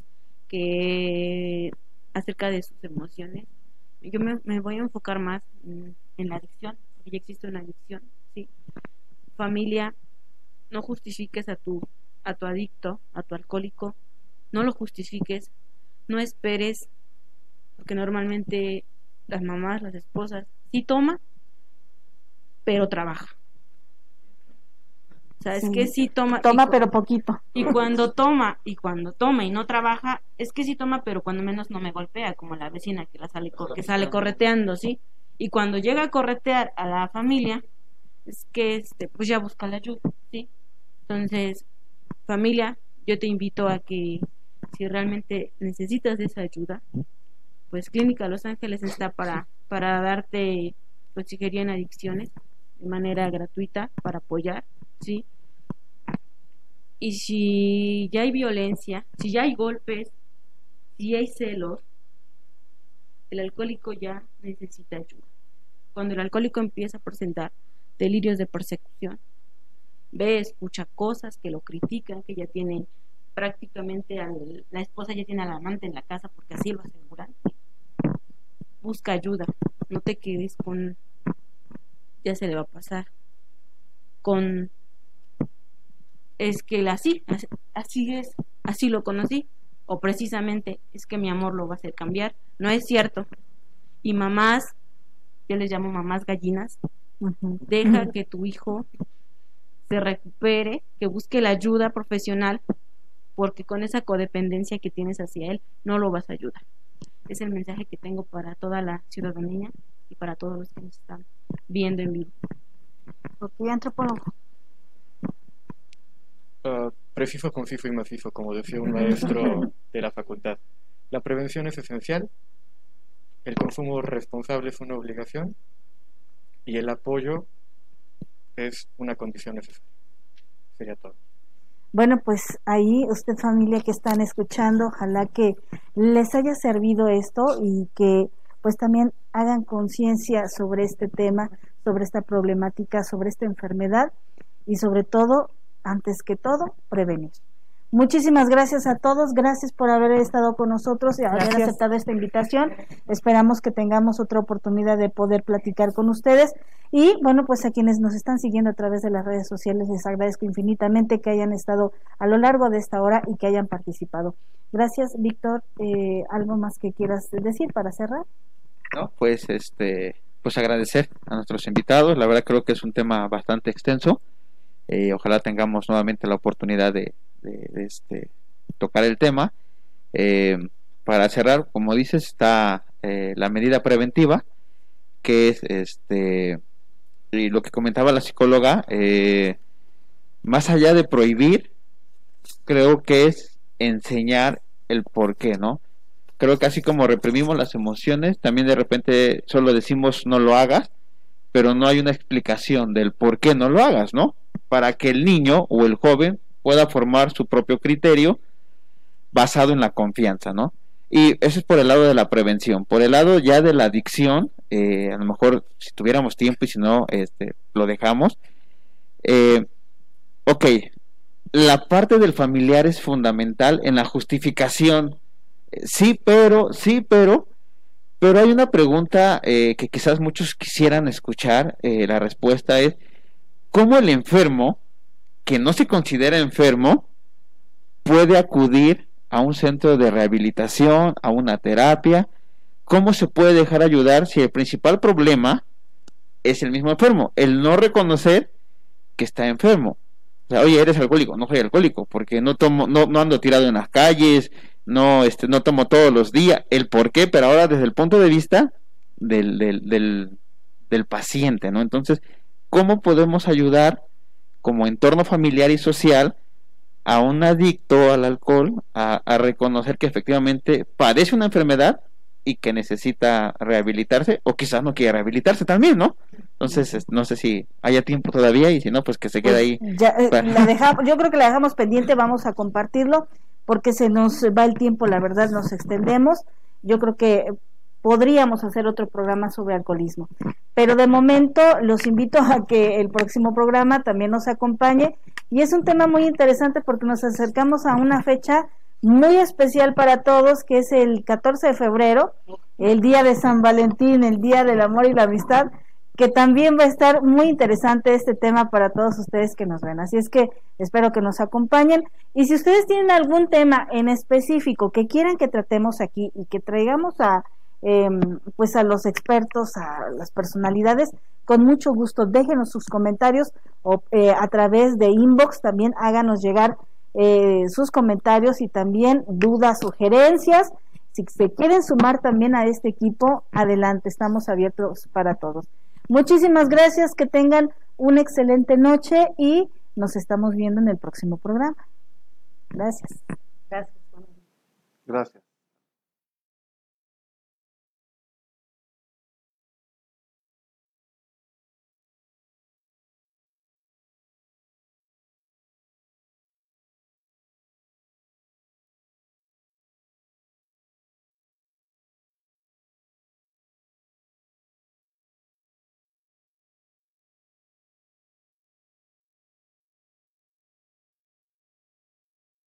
que acerca de sus emociones. Yo me voy a enfocar más en la adicción, porque ya existe una adicción, ¿sí? Familia, no justifiques a tu adicto, a tu alcohólico, no lo justifiques, no esperes, porque normalmente las mamás, las esposas, sí toma, pero trabaja. O sea, es que sí toma pero poquito. Y cuando toma y no trabaja, es que sí toma, pero cuando menos no me golpea, como la vecina que sale correteando, ¿sí? Y cuando llega a corretear a la familia, es que pues ya busca la ayuda, ¿sí? Entonces, familia, yo te invito a que si realmente necesitas esa ayuda, pues Clínica Los Ángeles está para darte consejería en adicciones de manera gratuita, para apoyar, ¿sí? Y si ya hay violencia, si ya hay golpes, si hay celos, el alcohólico ya necesita ayuda. Cuando el alcohólico empieza a presentar delirios de persecución, escucha cosas que lo critican, que ya tiene prácticamente la esposa ya tiene al amante en la casa porque así lo aseguran. Busca ayuda, no te quedes con ya se le va a pasar, con es que así es, así lo conocí, o precisamente es que mi amor lo va a hacer cambiar. No es cierto. Y mamás, yo les llamo mamás gallinas, deja que tu hijo se recupere, que busque la ayuda profesional, porque con esa codependencia que tienes hacia él no lo vas a ayudar. Es el mensaje que tengo para toda la ciudadanía y para todos los que nos están viendo en vivo. Ok, antropólogo. Preciso, conciso y macizo, como decía un maestro de la facultad. La prevención es esencial, el consumo responsable es una obligación y el apoyo es una condición necesaria. Sería todo. Bueno, pues ahí usted, familia que están escuchando, ojalá que les haya servido esto y que pues también hagan conciencia sobre este tema, sobre esta problemática, sobre esta enfermedad y sobre todo, antes que todo, prevenir. Muchísimas gracias a todos, gracias por haber estado con nosotros y haber aceptado esta invitación. Esperamos que tengamos otra oportunidad de poder platicar con ustedes. Y bueno, pues a quienes nos están siguiendo a través de las redes sociales, les agradezco infinitamente que hayan estado a lo largo de esta hora y que hayan participado. Gracias, Víctor. ¿Algo más que quieras decir para cerrar? No, pues pues agradecer a nuestros invitados. La verdad creo que es un tema bastante extenso. Ojalá tengamos nuevamente la oportunidad de tocar el tema. Para cerrar, como dices, está la medida preventiva, que es y lo que comentaba la psicóloga, más allá de prohibir, creo que es enseñar el por qué, ¿no? Creo que así como reprimimos las emociones, también de repente solo decimos no lo hagas, pero no hay una explicación del por qué no lo hagas, ¿no? Para que el niño o el joven pueda formar su propio criterio basado en la confianza, ¿no? Y eso es por el lado de la prevención. Por el lado ya de la adicción, a lo mejor si tuviéramos tiempo y si no, lo dejamos. Ok, la parte del familiar es fundamental en la justificación. Sí, pero hay una pregunta que quizás muchos quisieran escuchar. La respuesta es, ¿cómo el enfermo, que no se considera enfermo, puede acudir a un centro de rehabilitación, a una terapia? ¿Cómo se puede dejar ayudar si el principal problema es el mismo enfermo? El no reconocer que está enfermo. O sea, oye, eres alcohólico. No soy alcohólico porque no ando tirado en las calles, no tomo todos los días. El por qué, pero ahora desde el punto de vista del paciente, ¿no? Entonces, ¿cómo podemos ayudar como entorno familiar y social a un adicto al alcohol a reconocer que efectivamente padece una enfermedad y que necesita rehabilitarse, o quizás no quiere rehabilitarse también, ¿no? Entonces, no sé si haya tiempo todavía, y si no, pues que se quede ahí. Ya, yo creo que la dejamos pendiente, vamos a compartirlo, porque se nos va el tiempo, la verdad, nos extendemos. Yo creo que podríamos hacer otro programa sobre alcoholismo, pero de momento los invito a que el próximo programa también nos acompañe, y es un tema muy interesante porque nos acercamos a una fecha muy especial para todos, que es el 14 de febrero, el día de San Valentín, el día del amor y la amistad, que también va a estar muy interesante este tema para todos ustedes que nos ven. Así es que espero que nos acompañen, y si ustedes tienen algún tema en específico que quieran que tratemos aquí y que traigamos a pues a los expertos, a las personalidades, con mucho gusto déjenos sus comentarios, o a través de inbox también háganos llegar sus comentarios y también dudas, sugerencias. Si se quieren sumar también a este equipo, adelante, estamos abiertos para todos. Muchísimas gracias, que tengan una excelente noche y nos estamos viendo en el próximo programa. Gracias. Gracias.